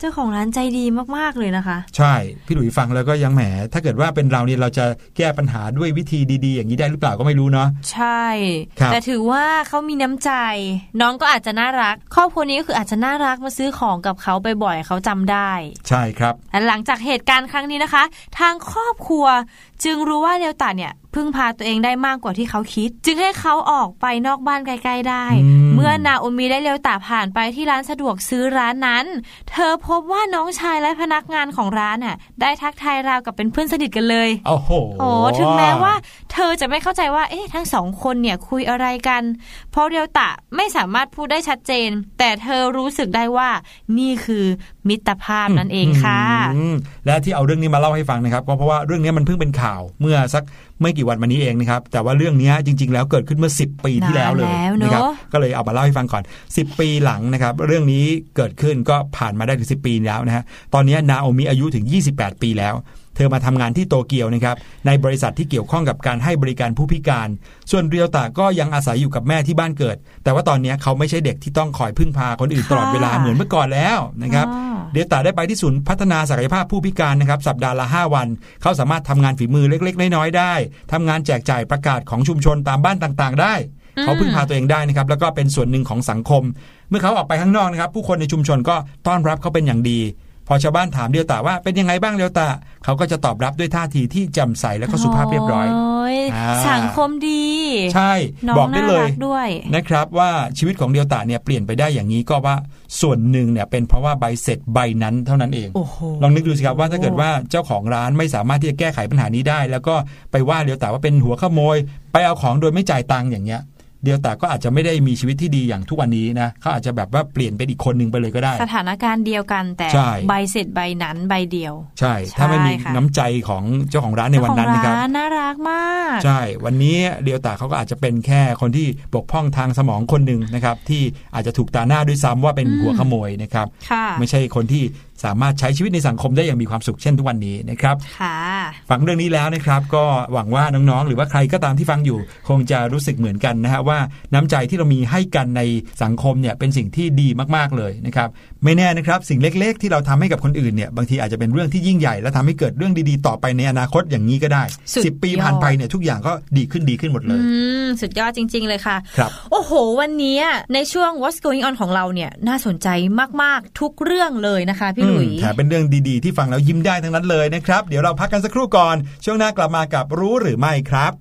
เจ้าของร้านใจดีมากๆเลยนะคะใช่พี่หลุยฟังแล้วก็ยังแหมถ้าเกิดว่าเป็นเราเนี่ยเราจะแก้ปัญหาด้วยวิธีดีๆอย่างนี้ได้หรือเปล่าก็ไม่รู้เนาะใช่แต่ถือว่าเขามีน้ำใจน้องก็อาจจะน่ารักครอบครัวนี้ก็คืออาจจะน่ารักมาซื้อของกับเขาบ่อยๆเขาจำได้ใช่ครับหลังจากเหตุการณ์ครั้งนี้นะคะทางครอบครัวจึงรู้ว่าเรียวตะเนี่ยพึ่งพาตัวเองได้มากกว่าที่เขาคิดจึงให้เขาออกไปนอกบ้านใกล้ๆได้เมื่อนาโอมิได้เรียวตะผ่านไปที่ร้านสะดวกซื้อร้านนั้นเธอพบว่าน้องชายและพนักงานของร้านน่ะได้ทักทายราวกับเป็นเพื่อนสนิทกันเลยโอ้โหถึงแม้ว่าเธอจะไม่เข้าใจว่าทั้งสองคนเนี่ยคุยอะไรกันเพราะเรียวตะไม่สามารถพูดได้ชัดเจนแต่เธอรู้สึกได้ว่านี่คือมิตรภาพนั่นเองค่ะและที่เอาเรื่องนี้มาเล่าให้ฟังนะครับก็เพราะว่าเรื่องนี้มันเพิ่งเป็นข่าวเมื่อสักไม่กี่วันมานี้เองนะครับแต่ว่าเรื่องนี้จริงๆแล้วเกิดขึ้นเมื่อ10 ปีที่แล้วเลยนะครับก็เลยเอามาเล่าให้ฟังก่อน10 ปีหลังนะครับเรื่องนี้เกิดขึ้นก็ผ่านมาได้ถึง10 ปีแล้วนะฮะตอนนี้นาโอมิอายุถึง28 ปีแล้วเธอมาทำงานที่โตเกียวนะครับในบริษัทที่เกี่ยวข้องกับการให้บริการผู้พิการส่วนเรียวตะก็ยังอาศัยอยู่กับแม่ที่บ้านเกิดแต่ว่าตอนนี้เขาไม่ใช่เด็กที่ต้องคอยพึ่งพาคนอื่นตลอดเวลาเหมือนเมื่อก่อนแล้วนะครับเรียวตะได้ไปที่ศูนย์พัฒนาศักยภาพผู้พิการนะครับสัปดาห์ละ5 วันเขาสามารถทำงานฝีมือเล็กๆน้อยๆได้ทำงานแจกจ่ายประกาศของชุมชนตามบ้านต่างๆได้เขาพึ่งพาตัวเองได้นะครับแล้วก็เป็นส่วนหนึ่งของสังคมเมื่อเขาออกไปข้างนอกนะครับผู้คนในชุมชนก็ต้อนรับเขาเป็นอย่างดีพอชาวบ้านถามเรียวตะว่าเป็นยังไงบ้างเรียวตะเขาก็จะตอบรับด้วยท่าทีที่แจ่มใสและก็สุภาพเรียบร้อยสังคมดีใช่บอกได้เลยนะครับว่าชีวิตของเรียวตะเนี่ยเปลี่ยนไปได้อย่างนี้ก็ว่าส่วนหนึ่งเนี่ยเป็นเพราะว่าใบเสร็จใบนั้นเท่านั้นเองลองนึกดูสิครับว่าถ้าเกิดว่าเจ้าของร้านไม่สามารถที่จะแก้ไขปัญหานี้ได้แล้วก็ไปว่าเรียวตะว่าเป็นหัวขโมยไปเอาของโดยไม่จ่ายตังค์อย่างเงี้ยเดียวแต่ก็อาจจะไม่ได้มีชีวิตที่ดีอย่างทุกวันนี้นะเขาอาจจะแบบว่าเปลี่ยนเป็นอีกคนนึงไปเลยก็ได้สถานการณ์เดียวกันแต่ใบเสร็จใบนั้นใบเดียวใช่ถ้าไม่มีน้ำใจของเจ้าของร้านในวันนั้นนะครับน่ารักมากใช่วันนี้เดียวแต่เขาก็อาจจะเป็นแค่คนที่บกพร่องทางสมองคนหนึ่งนะครับที่อาจจะถูกตาหน้าด้วยซ้ำว่าเป็นหัวขโมยนะครับไม่ใช่คนที่สามารถใช้ชีวิตในสังคมได้อย่างมีความสุขเช่นทุกวันนี้นะครับฟังเรื่องนี้แล้วนะครับก็หวังว่าน้องๆหรือว่าใครก็ตามที่ฟังอยู่คงจะรู้สึกเหมือนกันนะฮะว่าน้ำใจที่เรามีให้กันในสังคมเนี่ยเป็นสิ่งที่ดีมากๆเลยนะครับไม่แน่นะครับสิ่งเล็กๆที่เราทำให้กับคนอื่นเนี่ยบางทีอาจจะเป็นเรื่องที่ยิ่งใหญ่และทำให้เกิดเรื่องดีๆต่อไปในอนาคตอย่างนี้ก็ได้10 ปีผ่านไปเนี่ยทุกอย่างก็ดีขึ้นหมดเลยสุดยอดจริงๆเลยค่ะโอ้โหวันนี้ในช่วง What's Going On ของเราเนี่ยน่าสนใจมากๆทุกเรื่องเลยนะคะพี่หลุยแถมเป็นเรื่องดีๆที่ฟังแล้วยิ้มได้ทั้งนั้นเลยนะครับเดี๋ยวเราพักกันสักครู่ก่อนช่วงหน้ากลับมากับรู้หรือไม่ครับ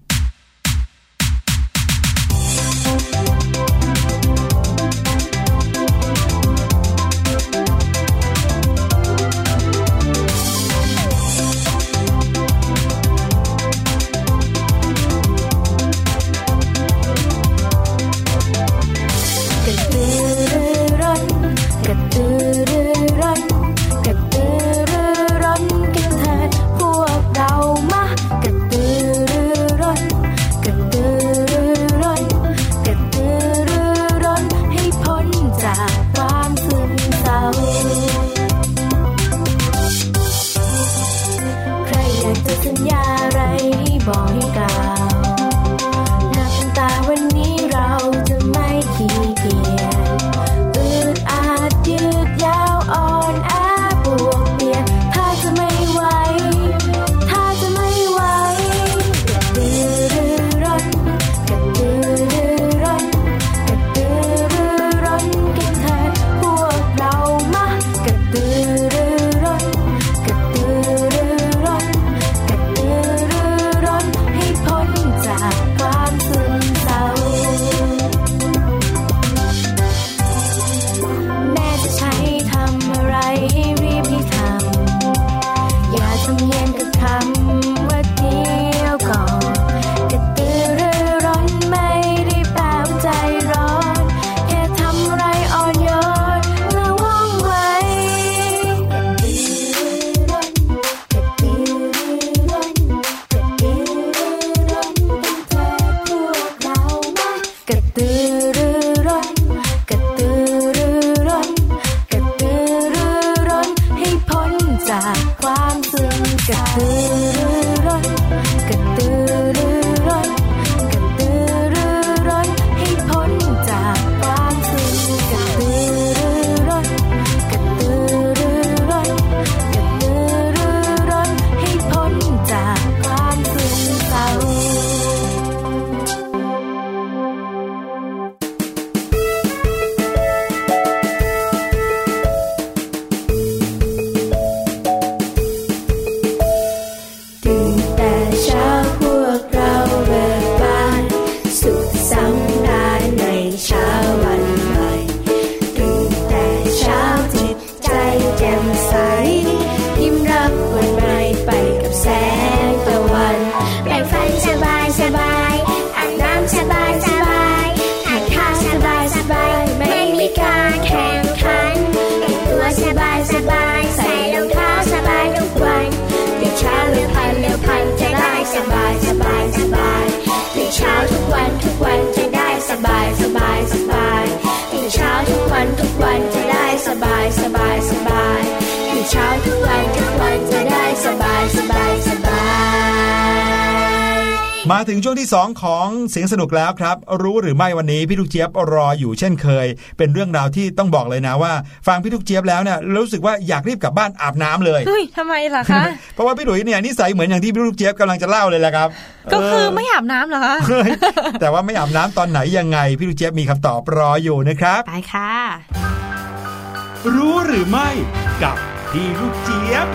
สำราญในเช้าวันใหม่ตื่นแต่เช้าจิตใจแจ่มใสยิ้มรับวันใหม่ไปกับแสงตะวันแปรงฟันสบายสบายอาบน้ำสบายสบายทานข้าวสบายสบายไม่มีการแข่งขันแต่งตัวสบายสบายใส่รองเท้าสบายทุกวันตื่นเช้าเร็วพันจะได้สบายสบายสบายตื่นเช้าทุกวันจะได้สบายสบายสบายตื่นเช้าทุกวันจะได้สบายสบายสบายตื่นเช้าทุกวันจะได้สบายสบายสบายมาถึงช่วงที่2ของเสียงสนุกแล้วครับรู้หรือไม่วันนี้พี่ลูกเจี๊ยบรออยู่เช่นเคยเป็นเรื่องราวที่ต้องบอกเลยนะว่าฟังพี่ลูกเจี๊ยบแล้วเนี่ยรู้สึกว่าอยากรีบกลับบ้านอาบน้ำเลยเฮ้ยทำไมล่ะคะเพราะว่าพี่หลุยเนี่ยนิสัยเหมือนอย่างที่พี่ลูกเจี๊ยบกำลังจะเล่าเลยแหละครับก็คือไม่อาบน้ำเหรอคะแต่ว่าไม่อาบน้ำตอนไหนยังไงพี่ลูกเจี๊ยบมีคำตอบรออยู่นะครับไปค่ะรู้หรือไม่กับพี่ลูกเจี๊ยบ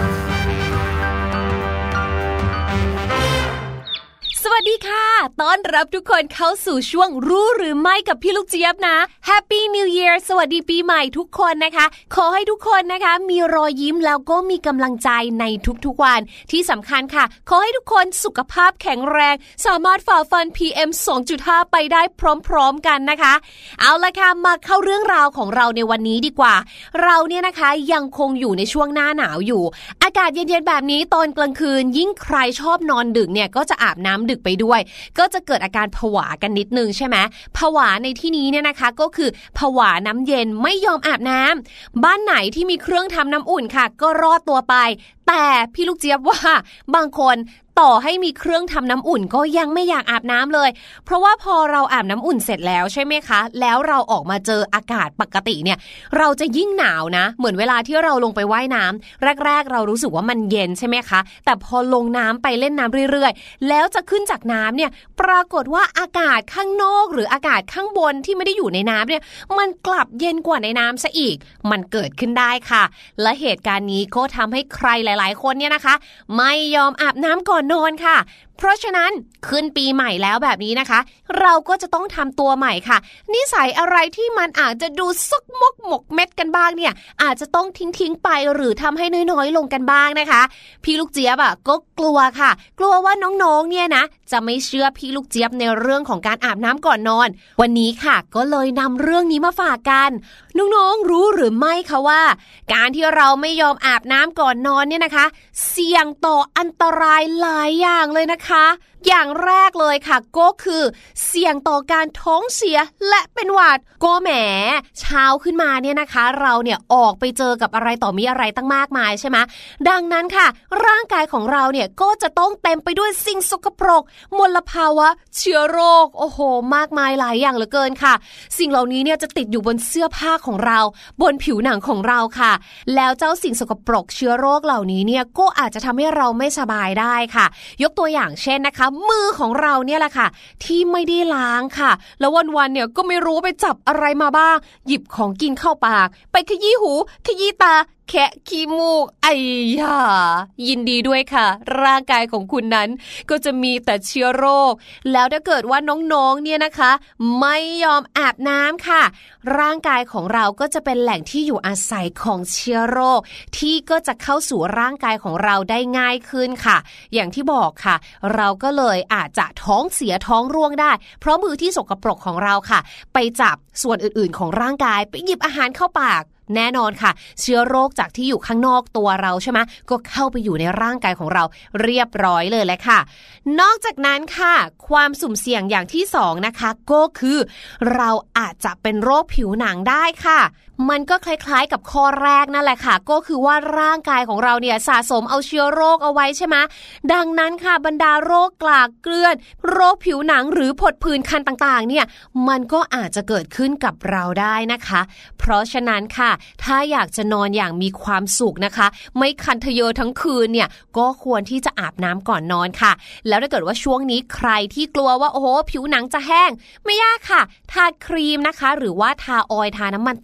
สวัสดีค่ะต้อนรับทุกคนเข้าสู่ช่วงรู้หรือไม่กับพี่ลูกเจี๊ยบนะ Happy New Year สวัสดีปีใหม่ทุกคนนะคะขอให้ทุกคนนะคะมีรอยยิ้มแล้วก็มีกำลังใจในทุกๆวันที่สำคัญค่ะขอให้ทุกคนสุขภาพแข็งแรงสามารถฝ่าฟัน PM 2.5 ไปได้พร้อมๆกันนะคะเอาละค่ะมาเข้าเรื่องราวของเราในวันนี้ดีกว่าเราเนี่ยนะคะยังคงอยู่ในช่วงหน้าหนาวอยู่อากาศเย็นๆแบบนี้ตอนกลางคืนยิ่งใครชอบนอนดึกเนี่ยก็จะอาบน้ำดึกไปด้วยก็จะเกิดอาการผวากันนิดนึงใช่ไหมผวาในที่นี้เนี่ยนะคะก็คือผวาน้ำเย็นไม่ยอมอาบน้ำบ้านไหนที่มีเครื่องทำน้ำอุ่นค่ะก็รอดตัวไปแต่พี่ลูกเจี๊ยบว่าบางคนต่อให้มีเครื่องทำน้ำอุ่นก็ยังไม่อยากอาบน้ำเลยเพราะว่าพอเราอาบน้ำอุ่นเสร็จแล้วใช่ไหมคะแล้วเราออกมาเจออากาศปกติเนี่ยเราจะยิ่งหนาวนะเหมือนเวลาที่เราลงไปว่ายน้ำแรกๆเรารู้สึกว่ามันเย็นใช่ไหมคะแต่พอลงน้ำไปเล่นน้ำเรื่อยๆแล้วจะขึ้นจากน้ำเนี่ยปรากฏว่าอากาศข้างนอกหรืออากาศข้างบนที่ไม่ได้อยู่ในน้ำเนี่ยมันกลับเย็นกว่าในน้ำซะอีกมันเกิดขึ้นได้ค่ะและเหตุการณ์นี้ก็ทำให้ใครหลายๆคนเนี่ยนะคะไม่ยอมอาบน้ำก่อนนอนค่ะเพราะฉะนั้นขึ้นปีใหม่แล้วแบบนี้นะคะเราก็จะต้องทำตัวใหม่ค่ะนิสัยอะไรที่มันอาจจะดูซุกมกหมกเม็ดกันบ้างเนี่ยอาจจะต้องทิ้งไปหรือทำให้น้อยๆลงกันบ้างนะคะพี่ลูกเจี๊ยบก็กลัวค่ะกลัวว่าน้องๆเนี่ยนะจะไม่เชื่อพี่ลูกเจี๊ยบในเรื่องของการอาบน้ำก่อนนอนวันนี้ค่ะก็เลยนำเรื่องนี้มาฝากกันน้องๆรู้หรือไม่คะว่าการที่เราไม่ยอมอาบน้ำก่อนนอนเนี่ยนะคะเสี่ยงต่ออันตรายหลายอย่างเลยนะคะอย่างแรกเลยค่ะก็คือเสี่ยงต่อการท้องเสียและเป็นหวัดก็แหมเช้าขึ้นมาเนี่ยนะคะเราเนี่ยออกไปเจอกับอะไรต่อมีอะไรตั้งมากมายใช่ไหมดังนั้นค่ะร่างกายของเราเนี่ยก็จะต้องเต็มไปด้วยสิ่งสกปรกมลภาวะเชื้อโรคโอ้โหมากมายหลายอย่างเหลือเกินค่ะสิ่งเหล่านี้เนี่ยจะติดอยู่บนเสื้อผ้าของเราบนผิวหนังของเราค่ะแล้วเจ้าสิ่งสกปรกเชื้อโรคเหล่านี้เนี่ยก็อาจจะทำให้เราไม่สบายได้ค่ะยกตัวอย่างเช่นนะคะมือของเราเนี่ยแหละค่ะที่ไม่ได้ล้างค่ะแล้ววันๆเนี่ยก็ไม่รู้ไปจับอะไรมาบ้างหยิบของกินเข้าปากไปขยี้หูขยี้ตาแคะขี้มูกไอ้ย่ายินดีด้วยค่ะร่างกายของคุณนั้นก็จะมีแต่เชื้อโรคแล้วถ้าเกิดว่าน้องๆเนี่ยนะคะไม่ยอมอาบน้ำค่ะร่างกายของเราก็จะเป็นแหล่งที่อยู่อาศัยของเชื้อโรคที่ก็จะเข้าสู่ร่างกายของเราได้ง่ายขึ้นค่ะอย่างที่บอกค่ะเราก็เลยอาจจะท้องเสียท้องร่วงได้เพราะมือที่สกปรกของเราค่ะไปจับส่วนอื่นๆของร่างกายไปหยิบอาหารเข้าปากแน่นอนค่ะเชื้อโรคจากที่อยู่ข้างนอกตัวเราใช่ไหมก็เข้าไปอยู่ในร่างกายของเราเรียบร้อยเลยแหละค่ะนอกจากนั้นค่ะความสุ่มเสี่ยงอย่างที่2นะคะก็คือเราอาจจะเป็นโรคผิวหนังได้ค่ะมันก็คล้ายๆกับข้อแรกนั่นแหละค่ะก็คือว่าร่างกายของเราเนี่ยสะสมเอาเชื้อโรคเอาไว้ใช่ไหมดังนั้นค่ะบรรดาโรคกลากเกลื่อนโรคผิวหนังหรือผดผื่นคันต่างๆเนี่ยมันก็อาจจะเกิดขึ้นกับเราได้นะคะเพราะฉะนั้นค่ะถ้าอยากจะนอนอย่างมีความสุขนะคะไม่คันทะเยอทั้งคืนเนี่ยก็ควรที่จะอาบน้ำก่อนนอนค่ะแล้วถ้าเกิดว่าช่วงนี้ใครที่กลัวว่าโอ้โหผิวหนังจะแห้งไม่ยากค่ะทาครีมนะคะหรือว่าทาออยล์ทาน้ำมันต่าง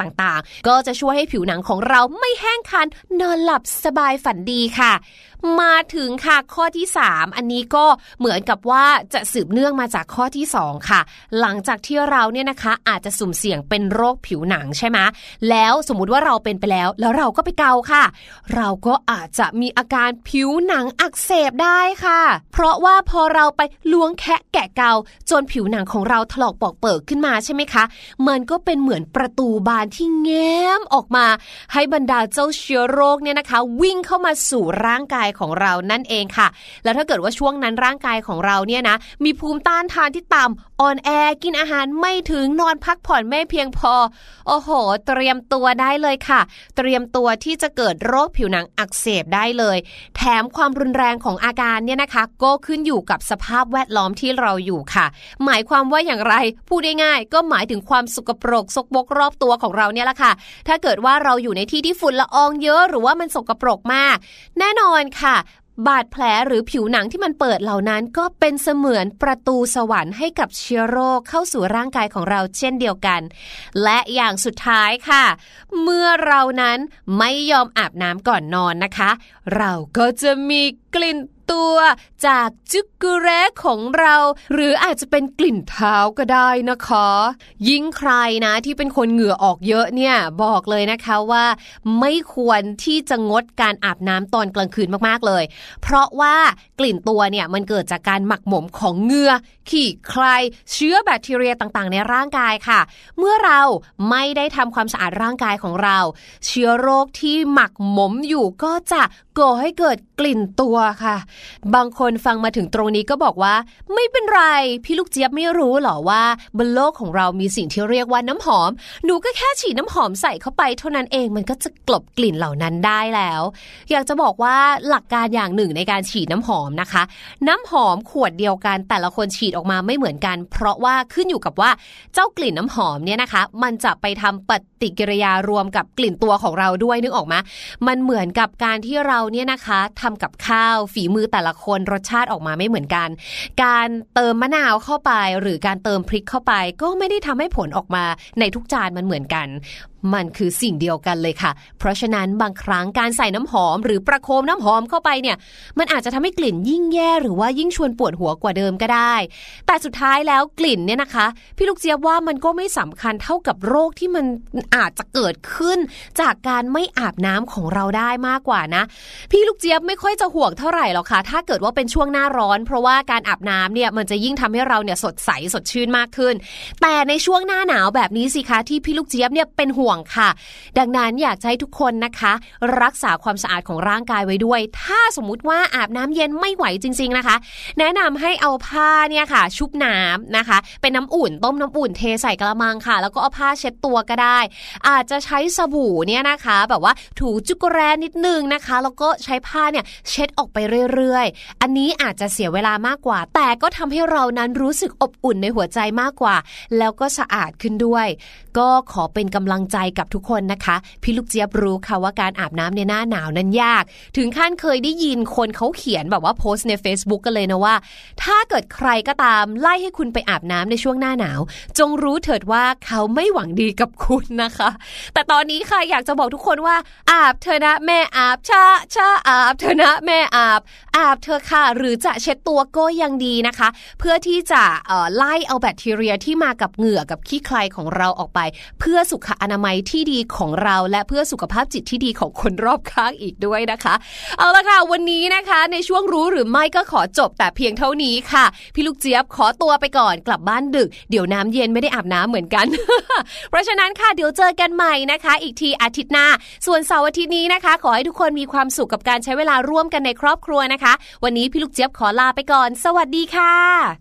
ก็จะช่วยให้ผิวหนังของเราไม่แห้งคันนอนหลับสบายฝันดีค่ะมาถึงค่ะข้อที่3อันนี้ก็เหมือนกับว่าจะสืบเนื่องมาจากข้อที่2ค่ะหลังจากที่เราเนี่ยนะคะอาจจะสุ่มเสี่ยงเป็นโรคผิวหนังใช่ไหมแล้วสมมุติว่าเราเป็นไปแล้วเราก็ไปเกาค่ะเราก็อาจจะมีอาการผิวหนังอักเสบได้ค่ะเพราะว่าพอเราไปล้วงแคะแกะเกาจนผิวหนังของเราถลอกปอกเปิกขึ้นมาใช่ไหมคะมันก็เป็นเหมือนประตูบานที่แง้มออกมาให้บรรดาเจ้าเชื้อโรคเนี่ยนะคะวิ่งเข้ามาสู่ร่างกายของเรานั่นเองค่ะแล้วถ้าเกิดว่าช่วงนั้นร่างกายของเราเนี่ยนะมีภูมิต้านทานที่ต่ำอ่อนแอกินอาหารไม่ถึงนอนพักผ่อนไม่เพียงพอโอ้โหเตรียมตัวได้เลยค่ะเตรียมตัวที่จะเกิดโรคผิวหนังอักเสบได้เลยแถมความรุนแรงของอาการเนี่ยนะคะก็ขึ้นอยู่กับสภาพแวดล้อมที่เราอยู่ค่ะหมายความว่าอย่างไรพูดง่ายๆก็หมายถึงความสกปรกซกมกรอบตัวของเราเนี่ยแหละค่ะถ้าเกิดว่าเราอยู่ในที่ที่ฝุ่นละอองเยอะหรือว่ามันสกปรกมากแน่นอนค่ะบาดแผลหรือผิวหนังที่มันเปิดเหล่านั้นก็เป็นเสมือนประตูสวรรค์ให้กับเชื้อโรคเข้าสู่ร่างกายของเราเช่นเดียวกันและอย่างสุดท้ายค่ะเมื่อเรานั้นไม่ยอมอาบน้ำก่อนนอนนะคะเราก็จะมีกลิ่นตัวจากจุกกุแร้ของเราหรืออาจจะเป็นกลิ่นเท้าก็ได้นะคะยิ่งใครนะที่เป็นคนเหงื่อออกเยอะเนี่ยบอกเลยนะคะว่าไม่ควรที่จะงดการอาบน้ำตอนกลางคืนมากๆเลยเพราะว่ากลิ่นตัวเนี่ยมันเกิดจากการหมักหมมของเหงื่อขี้ใครเชื้อแบคทีเรียต่างๆในร่างกายค่ะเมื่อเราไม่ได้ทำความสะอาดร่างกายของเราเชื้อโรคที่หมักหมมอยู่ก็จะก่อให้เกิดกลิ่นตัวค่ะบางคนฟังมาถึงตรงนี้ก็บอกว่าไม่เป็นไรพี่ลูกเจี๊ยบไม่รู้หรอว่าบนโลกของเรามีสิ่งที่เรียกว่าน้ำหอมหนูก็แค่ฉีดน้ำหอมใส่เข้าไปเท่านั้นเองมันก็จะกลบกลิ่นเหล่านั้นได้แล้วอยากจะบอกว่าหลักการอย่างหนึ่งในการฉีดน้ำหอมนะคะน้ำหอมขวดเดียวกันแต่ละคนฉีดออกมาไม่เหมือนกันเพราะว่าขึ้นอยู่กับว่าเจ้ากลิ่นน้ำหอมเนี่ยนะคะมันจะไปทำปฏิกิริยารวมกับกลิ่นตัวของเราด้วยนึกออกไหมมันเหมือนกับการที่เราเนี่ยนะคะทำกับข้าวฝีมือแต่ละคนรสชาติออกมาไม่เหมือนกันการเติมมะนาวเข้าไปหรือการเติมพริกเข้าไปก็ไม่ได้ทำให้ผลออกมาในทุกจานมันเหมือนกันมันคือสิ่งเดียวกันเลยค่ะเพราะฉะนั้นบางครั้งการใส่น้ำหอมหรือประโคมน้ำหอมเข้าไปเนี่ยมันอาจจะทำให้กลิ่นยิ่งแย่หรือว่ายิ่งชวนปวดหัวกว่าเดิมก็ได้แต่สุดท้ายแล้วกลิ่นเนี่ยนะคะพี่ลูกเจี๊ยบว่ามันก็ไม่สำคัญเท่ากับโรคที่มันอาจจะเกิดขึ้นจากการไม่อาบน้ำของเราได้มากกว่านะพี่ลูกเจี๊ยบไม่ค่อยจะห่วงเท่าไหร่หรอกค่ะถ้าเกิดว่าเป็นช่วงหน้าร้อนเพราะว่าการอาบน้ำเนี่ยมันจะยิ่งทำให้เราเนี่ยสดใสสดชื่นมากขึ้นแต่ในช่วงหน้าหนาวแบบนี้สิคะที่พี่ลูกเจี๊ยบเนี่ยเป็นห่วงค่ะดังนั้นอยากให้ทุกคนนะคะรักษาความสะอาดของร่างกายไว้ด้วยถ้าสมมุติว่าอาบน้ำเย็นไม่ไหวจริงๆนะคะแนะนำให้เอาผ้าเนี่ยค่ะชุบน้ำนะคะเป็นน้ำอุ่นต้มน้ำอุ่นเทใส่กระมังค่ะแล้วก็เอาผ้าเช็ดตัวก็ได้อาจจะใช้สบู่เนี่ยนะคะแบบว่าถูจุกแร้นิดนึงนะคะแล้วก็ใช้ผ้าเนี่ยเช็ดออกไปเรื่อยๆอันนี้อาจจะเสียเวลามากกว่าแต่ก็ทำให้เรานั้นรู้สึกอบอุ่นในหัวใจมากกว่าแล้วก็สะอาดขึ้นด้วยก็ขอเป็นกำลังใจกับทุกคนนะคะพี่ลูกเจี๊ยบรู้ค่ะว่าการอาบน้ำในหน้าหนาวนั้นยากถึงขั้นเคยได้ยินคนเขาเขียนแบบว่าโพสต์ใน Facebook กันเลยนะว่าถ้าเกิดใครก็ตามไล่ให้คุณไปอาบน้ำในช่วงหน้าหนาวจงรู้เถิดว่าเขาไม่หวังดีกับคุณนะคะแต่ตอนนี้ค่ะอยากจะบอกทุกคนว่าอาบเถอะนะแม่อาบชาอาบเถอะนะแม่อาบเถอะค่ะหรือจะเช็ดตัวก็ยังดีนะคะเพื่อที่จะไล่เอาแบคทีเรียที่มากับเหงื่อกับขี้ใครของเราออกไปเพื่อสุขอนามัยที่ดีของเราและเพื่อสุขภาพจิตที่ดีของคนรอบข้างอีกด้วยนะคะเอาละค่ะวันนี้นะคะในช่วงรู้หรือไม่ก็ขอจบแต่เพียงเท่านี้ค่ะพี่ลูกเจี๊ยบขอตัวไปก่อนกลับบ้านดึกเดี๋ยวน้ำเย็นไม่ได้อาบน้ำเหมือนกัน เพราะฉะนั้นค่ะเดี๋ยวเจอกันใหม่นะคะอีกทีอาทิตย์หน้าส่วนเสาร์อาทิตย์นี้นะคะขอให้ทุกคนมีความสุขกับการใช้เวลาร่วมกันในครอบครัวนะคะวันนี้พี่ลูกเจี๊ยบขอลาไปก่อนสวัสดีค่ะ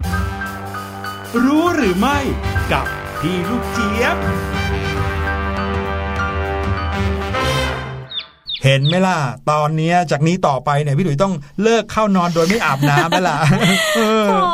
รู้หรือไม่กับพี่ลูกเจี๊ยบเห็นไหมล่ะตอนนี้จากนี้ต่อไปเนี่ยพี่หลุยต้องเลิกเข้านอนโดยไม่อาบน้ำแล้วล่ะ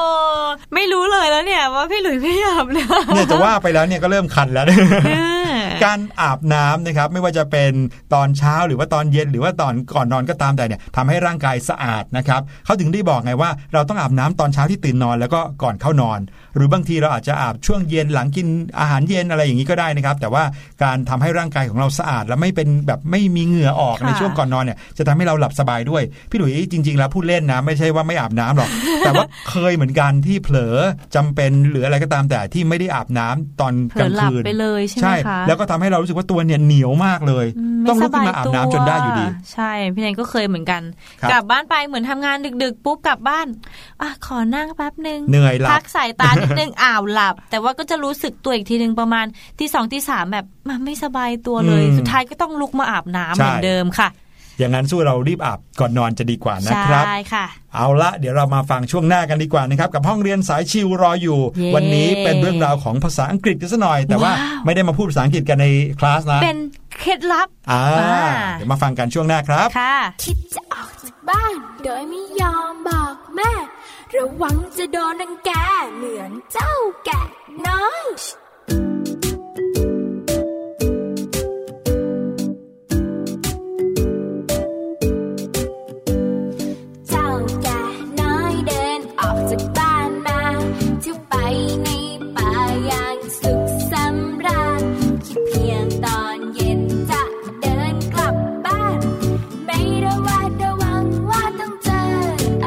ไม่รู้เลยแล้วเนี่ยว่าพี่หลุยไม่อาบน้ำเนี่ยจะว่าไปแล้วเนี่ยก็เริ่มคันแล้วการอาบน้ำนะครับไม่ว่าจะเป็นตอนเช้าหรือว่าตอนเย็นหรือว่าตอนก่อนนอนก็ตามแต่เนี่ยทำให้ร่างกายสะอาดนะครับเขาถึงได้บอกไงว่าเราต้องอาบน้ำตอนเช้าที่ตื่นนอนแล้วก็ก่อนเข้านอนหรือบางทีเราอาจจะอาบช่วงเย็นหลังกินอาหารเย็นอะไรอย่างนี้ก็ได้นะครับแต่ว่าการทำให้ร่างกายของเราสะอาดและไม่เป็นแบบไม่มีเหงื่อออกในช่วงก่อนนอนเนี่ยจะทำให้เราหลับสบายด้วยพี่หลุยจริงๆแล้วพูดเล่นนะไม่ใช่ว่าไม่อาบน้ำหรอก แต่ว่าเคยเหมือนกันที่เผลอจำเป็นหรืออะไรก็ตามแต่ที่ไม่ได้อาบน้ำตอนกลางคืนไปเลยใช่ไหมคะแล้วก็ทำให้เรารู้สึกว่าตัวเนี่ยเหนียวมากเลยต้องลุกขึ้นมาอาบน้ำจนได้อยู่ดีใช่พี่แนนก็เคยเหมือนกันกลับบ้านไปเหมือนทำงานดึกๆปุ๊บกลับบ้านขอนั่งแป๊บนึงเหนื่อยหลับพักสายตานิดนึงหลับแต่ว่าก็จะรู้สึกตัวอีกทีนึงประมาณตี 2 ตี 3แบบไม่สบายตัวเลยสุดท้ายก็ต้องลุกมาอาบน้ำเหมือนเดิมค่ะอย่างนั้นสู้เรารีบอาบก่อนนอนจะดีกว่านะครับใช่ค่ะเอาละเดี๋ยวเรามาฟังช่วงหน้ากันดีกว่านะครับกับห้องเรียนสายชิลรออยู่วันนี้เป็นเรื่องราวของภาษาอังกฤษกันซะหน่อยแต่ว่าไม่ได้มาพูดภาษาอังกฤษกันในคลาสนะเป็นเคล็ดลับเดี๋ยวมาฟังกันช่วงหน้าครับค่ะคิดจะออกจากบ้านโดยไม่ยอมบอกแม่ระวังจะโดนรังแกเหมือนเจ้าแกะน้อย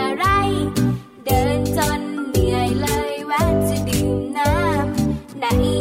ไหน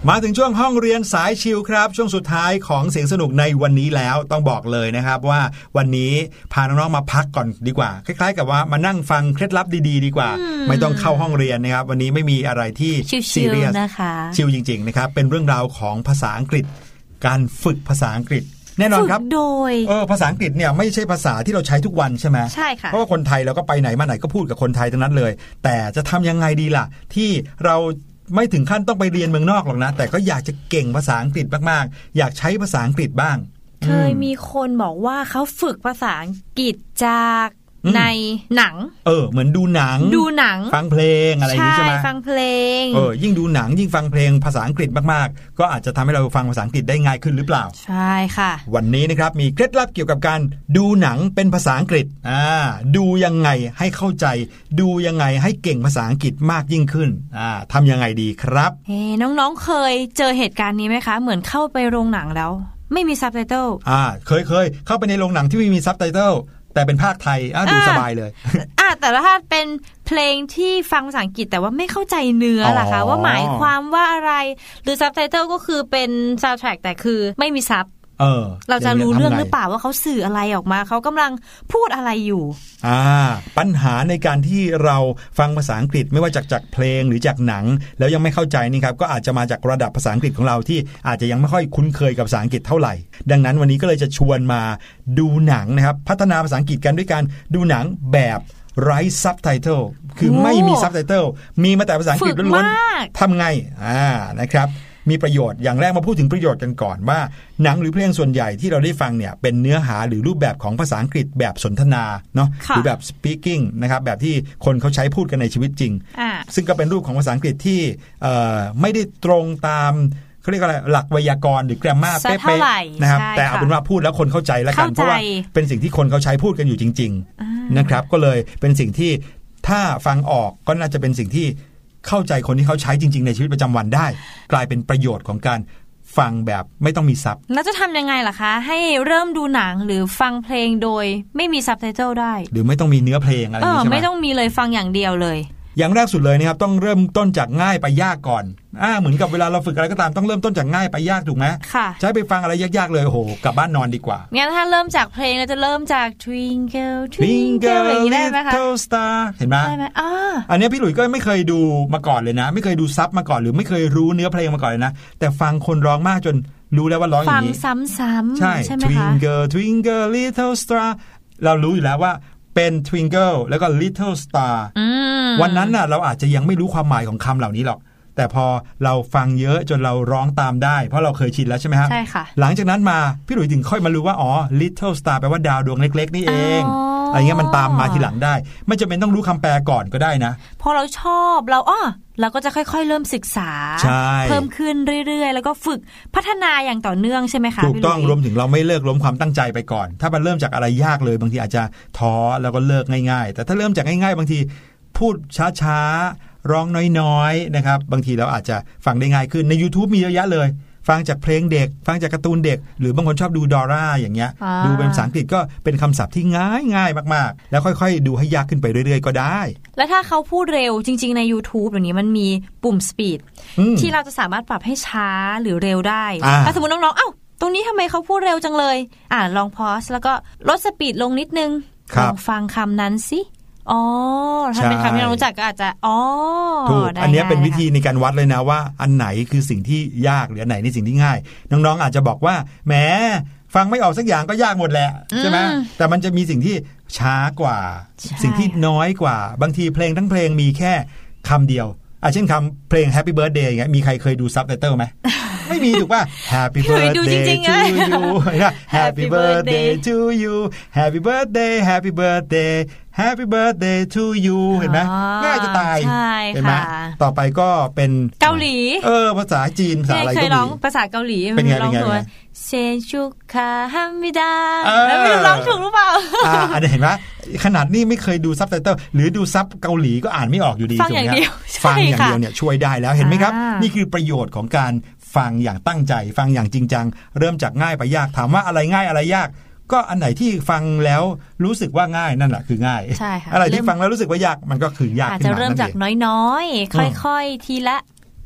มาถึงช่วงห้องเรียนสายชิลครับช่วงสุดท้ายของเสียงสนุกในวันนี้แล้วต้องบอกเลยนะครับว่าวันนี้พาน้องๆมาพักก่อนดีกว่าคล้ายๆกับว่ามานั่งฟังเคล็ดลับดีๆดีกว่าไม่ต้องเข้าห้องเรียนนะครับวันนี้ไม่มีอะไรที่ซีเรียสนะคะชิลจริงๆนะครับเป็นเรื่องราวของภาษาอังกฤษการฝึกภาษาอังกฤษแน่นอนครับโดยภาษาอังกฤษเนี่ยไม่ใช่ภาษาที่เราใช้ทุกวันใช่ไหมใช่ค่ะเพราะว่าคนไทยเราก็ไปไหนมาไหนก็พูดกับคนไทยทั้งนั้นเลยแต่จะทำยังไงดีล่ะที่เราไม่ถึงขั้นต้องไปเรียนเมืองนอกหรอกนะแต่ก็อยากจะเก่งภาษาอังกฤษมากๆอยากใช้ภาษาอังกฤษบ้างเคยมีคนบอกว่าเขาฝึกภาษาอังกฤษจากในหนังเหมือนดูหนังฟังเพลงอะไรอย่างนี้ใช่ไหมฟังเพลงยิ่งดูหนังยิ่งฟังเพลงภาษาอังกฤษมากๆก็อาจจะทำให้เราฟังภาษาอังกฤษได้ง่ายขึ้นหรือเปล่าใช่ค่ะวันนี้นะครับมีเคล็ดลับเกี่ยวกับการดูหนังเป็นภาษาอังกฤษดูยังไงให้เข้าใจดูยังไงให้เก่งภาษาอังกฤษมากยิ่งขึ้นทำยังไงดีครับน้องๆเคยเจอเหตุการณ์นี้ไหมคะเหมือนเข้าไปโรงหนังแล้วไม่มีซับไตเติลเคยเข้าไปในโรงหนังที่ไม่มีซับไตเติลแต่เป็นภาคไทยดูสบายเลยแต่ถ้าเป็นเพลงที่ฟังภาษาอังกฤษแต่ว่าไม่เข้าใจเนื้อล่ะคะว่าหมายความว่าอะไรหรือซับไตเติลก็คือเป็นซาวด์แทร็กแต่คือไม่มีซับเราจะรู้เรื่องหรือเปล่าว่าเขาสื่ออะไรออกมาเขากำลังพูดอะไรอยู่ปัญหาในการที่เราฟังภาษาอังกฤษไม่ว่าจากเพลงหรือจากหนังแล้วยังไม่เข้าใจนี่ครับก็อาจจะมาจากระดับภาษาอังกฤษของเราที่อาจจะยังไม่ค่อยคุ้นเคยกับภาษาอังกฤษเท่าไหร่ดังนั้นวันนี้ก็เลยจะชวนมาดูหนังนะครับพัฒนาภาษาอังกฤษกันด้วยการดูหนังแบบไร้ซับไตเติลคือไม่มีซับไตเติลมีมาแต่ภาษาอังกฤษล้วนๆทำไงนะครับมีประโยชน์อย่างแรกมาพูดถึงประโยชน์กันก่อนว่าหนังหรือเพลงส่วนใหญ่ที่เราได้ฟังเนี่ยเป็นเนื้อหาหรือรูปแบบของภาษาอังกฤษแบบสนทนาเนาะหรือแบบ speaking นะครับแบบที่คนเขาใช้พูดกันในชีวิตจริงซึ่งก็เป็นรูปของภาษาอังกฤษที่ไม่ได้ตรงตามเขาเรียกอะไรหลักไวยากรณ์หรือ grammar เป๊ะๆนะครับแต่เอาเป็นว่าพูดแล้วคนเข้าใจแล้วกันเพราะว่าเป็นสิ่งที่คนเขาใช้พูดกันอยู่จริงๆนะครับก็เลยเป็นสิ่งที่ถ้าฟังออกก็น่าจะเป็นสิ่งที่เข้าใจคนที่เขาใช้จริงๆในชีวิตประจำวันได้กลายเป็นประโยชน์ของการฟังแบบไม่ต้องมีซับแล้วจะทำยังไงล่ะคะให้เริ่มดูหนังหรือฟังเพลงโดยไม่มีซับไตเติลได้หรือไม่ต้องมีเนื้อเพลงอะไรอย่างนี้ใช่ไหมไม่ต้องมีเลยฟังอย่างเดียวเลยอย่างแรกสุดเลยนะครับต้องเริ่มต้นจากง่ายไปยากก่อนเหมือนกับเวลาเราฝึกอะไรก็ตามต้องเริ่มต้นจากง่ายไปยากถูกไหมค่ะใช้ไปฟังอะไรยากๆเลยโอ้โหกลับบ้านนอนดีกว่างั้นถ้าเริ่มจากเพลงเราจะเริ่มจาก Twinkle Twinkle อย่างนี้ได้ไหมคะ Little Star เห็นไหมได้ไหมอันนี้พี่หลุยส์ก็ไม่เคยดูมาก่อนเลยนะไม่เคยดูซับมาก่อนหรือไม่เคยรู้เนื้อเพลงมาก่อนเลยนะแต่ฟังคนร้องมากจนรู้แล้วว่าร้องอย่างนี้ฟังซ้ำๆใช่ไหมคะ Twinkle Twinkle Little Star เรารู้อยู่แล้วว่าเป็น Twinkle แล้วก็ Little Star วันนั้นน่ะเราอาจจะยังไม่รู้ความหมายของคำเหล่านี้หรอกแต่พอเราฟังเยอะจนเราร้องตามได้เพราะเราเคยชินแล้วใช่ไหมครับใช่ค่ะหลังจากนั้นมาพี่หลุยส์ถึงค่อยมารู้ว่าLittle Star แปลว่าดาวดวงเล็กๆนี่เองอะไรเงี้ยมันตามมาทีหลังได้ไม่จำเป็นต้องรู้คำแปลก่อนก็ได้นะพอเราชอบเราก็จะค่อยๆเริ่มศึกษาเพิ่มขึ้นเรื่อยๆแล้วก็ฝึกพัฒนาอย่างต่อเนื่องใช่ไหมคะถูกต้องรวมถึงเราไม่เลิกล้มความตั้งใจไปก่อนถ้ามันเริ่มจากอะไรยากเลยบางทีอาจจะท้อแล้วก็เลิกง่ายๆแต่ถ้าเริ่มจากง่ายๆบางทีพูดช้าๆร้องน้อยๆนะครับบางทีเราอาจจะฟังได้ง่ายขึ้นใน YouTube มีเยอะแยะเลยฟังจากเพลงเด็กฟังจากการ์ตูนเด็กหรือบางคนชอบดูดอร่าอย่างเงี้ยดูเป็นภาษาอังกฤษก็เป็นคำศัพท์ที่ง่ายมากๆแล้วค่อยๆดูให้ยากขึ้นไปเรื่อยๆก็ได้แล้วถ้าเขาพูดเร็วจริงๆใน YouTube แบบนี้มันมีปุ่ม speed ที่เราจะสามารถปรับให้ช้าหรือเร็วได้ถ้าสมมติน้องๆตรงนี้ทำไมเขาพูดเร็วจังเลยลองพอสแล้วก็ลดสปีดลงนิดนึงลองฟังคำนั้นสิถ้าเป็นคำที่เรารู้จักก็อาจจะถูกอันนี้เป็นวิธีในการวัดเลยนะว่าอันไหนคือสิ่งที่ยากหรืออันไหนนี่สิ่งที่ง่ายน้องๆอาจจะบอกว่าแหมฟังไม่ออกสักอย่างก็ยากหมดแหละใช่ไหมแต่มันจะมีสิ่งที่ช้ากว่าสิ่งที่น้อยกว่าบางทีเพลงทั้งเพลงมีแค่คำเดียวเช่นคำเพลง Happy Birthday อย่างเงี้ยมีใครเคยดูซับไตเติลไหมไม่มีถูกป่ะ Happy Birthday to you Happy Birthday to you Happy Birthday Happy Birthday Happy Birthday to you เห็นไหมง่ายจะตายเห็นไหมต่อไปก็เป็นเกาหลีภาษาจีนภาษาอะไรก็มีเคยร้องภาษาเกาหลีเป็นไงเซนชุคาฮัมมิดาแล้วไม่รู้ร้องถูกหรือเปล่าอันนี้เห็นไหมขนาดนี้ไม่เคยดูซับไตเติลหรือดูซับเกาหลีก็อ่านไม่ออกอยู่ดีฟังอย่างเดียวฟังอย่างเดียวเนี่ยช่วยได้แล้วเห็นไหมครับนี่คือประโยชน์ของการฟังอย่างตั้งใจฟังอย่างจริงจังเริ่มจากง่ายไปยากถามว่าอะไรง่ายอะไรยากก็อันไหนที่ฟังแล้วรู้สึกว่าง่ายนั่นแหละคือง่ายอะไรที่ฟังแล้วรู้สึกว่ายากมันก็คือยากอาจจะเริ่มจากน้อยๆค่อยๆทีละ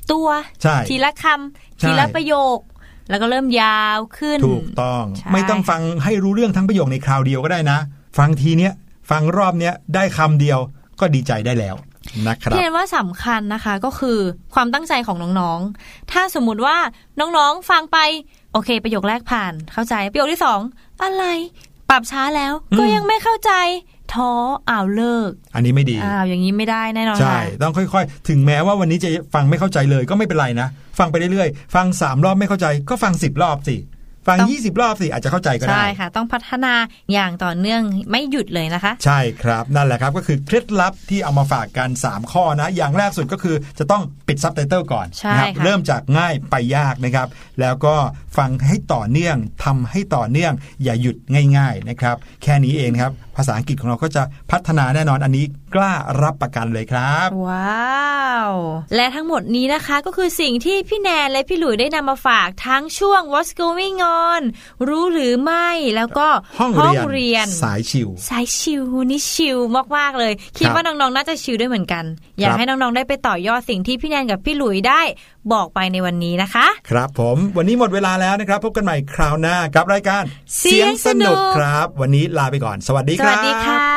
ตัวทีละคำทีละประโยคแล้วก็เริ่มยาวขึ้นถูกต้องไม่ต้องฟังให้รู้เรื่องทั้งประโยคในคราวเดียวก็ได้นะฟังทีเนี้ยฟังรอบเนี้ยได้คำเดียวก็ดีใจได้แล้วนะครับพี่เรียนว่าสำคัญนะคะก็คือความตั้งใจของน้องๆถ้าสมมุติว่าน้องๆฟังไปโอเคประโยคแรกผ่านเข้าใจประโยคที่2อะไรปรับช้าแล้วก็ยังไม่เข้าใจท้อเลิกอันนี้ไม่ดีอย่างนี้ไม่ได้แน่นอนใช่ต้องค่อยๆถึงแม้ว่าวันนี้จะฟังไม่เข้าใจเลยก็ไม่เป็นไรนะฟังไปเรื่อยๆฟัง3รอบไม่เข้าใจก็ฟัง10รอบสิฟัง20รอบสิอาจจะเข้าใจก็ได้ใช่ค่ะต้องพัฒนาอย่างต่อเนื่องไม่หยุดเลยนะคะใช่ครับนั่นแหละครับก็คือเคล็ดลับที่เอามาฝากกัน3ข้อนะอย่างแรกสุดก็คือจะต้องปิดซับไตเติลก่อนนะครับเริ่มจากง่ายไปยากนะครับแล้วก็ฟังให้ต่อเนื่องทำให้ต่อเนื่องอย่าหยุดง่ายๆนะครับแค่นี้เองครับภาษาอังกฤษของเราก็จะพัฒนาแน่นอนอันนี้กล้ารับประกันเลยครับว้าวและทั้งหมดนี้นะคะก็คือสิ่งที่พี่แนนและพี่หลุยได้นำมาฝากทั้งช่วง What's Going On รู้หรือไม่แล้วก็ห้องเรียนสายชิลนี่ชิลมากๆเลยคิดว่าน้องๆน่าจะชิลด้วยเหมือนกันอยากให้น้องๆได้ไปต่อยอดสิ่งที่พี่แนนกับพี่หลุยได้บอกไปในวันนี้นะคะครับผมวันนี้หมดเวลาแล้วนะครับพบกันใหม่คราวหน้ากับรายการเสียงสนุกครับวันนี้ลาไปก่อนสวัสดีครับสวัสดีค่ะ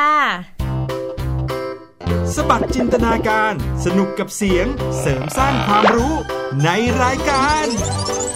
สบัดจินตนาการสนุกกับเสียงเสริมสร้างความรู้ในรายการ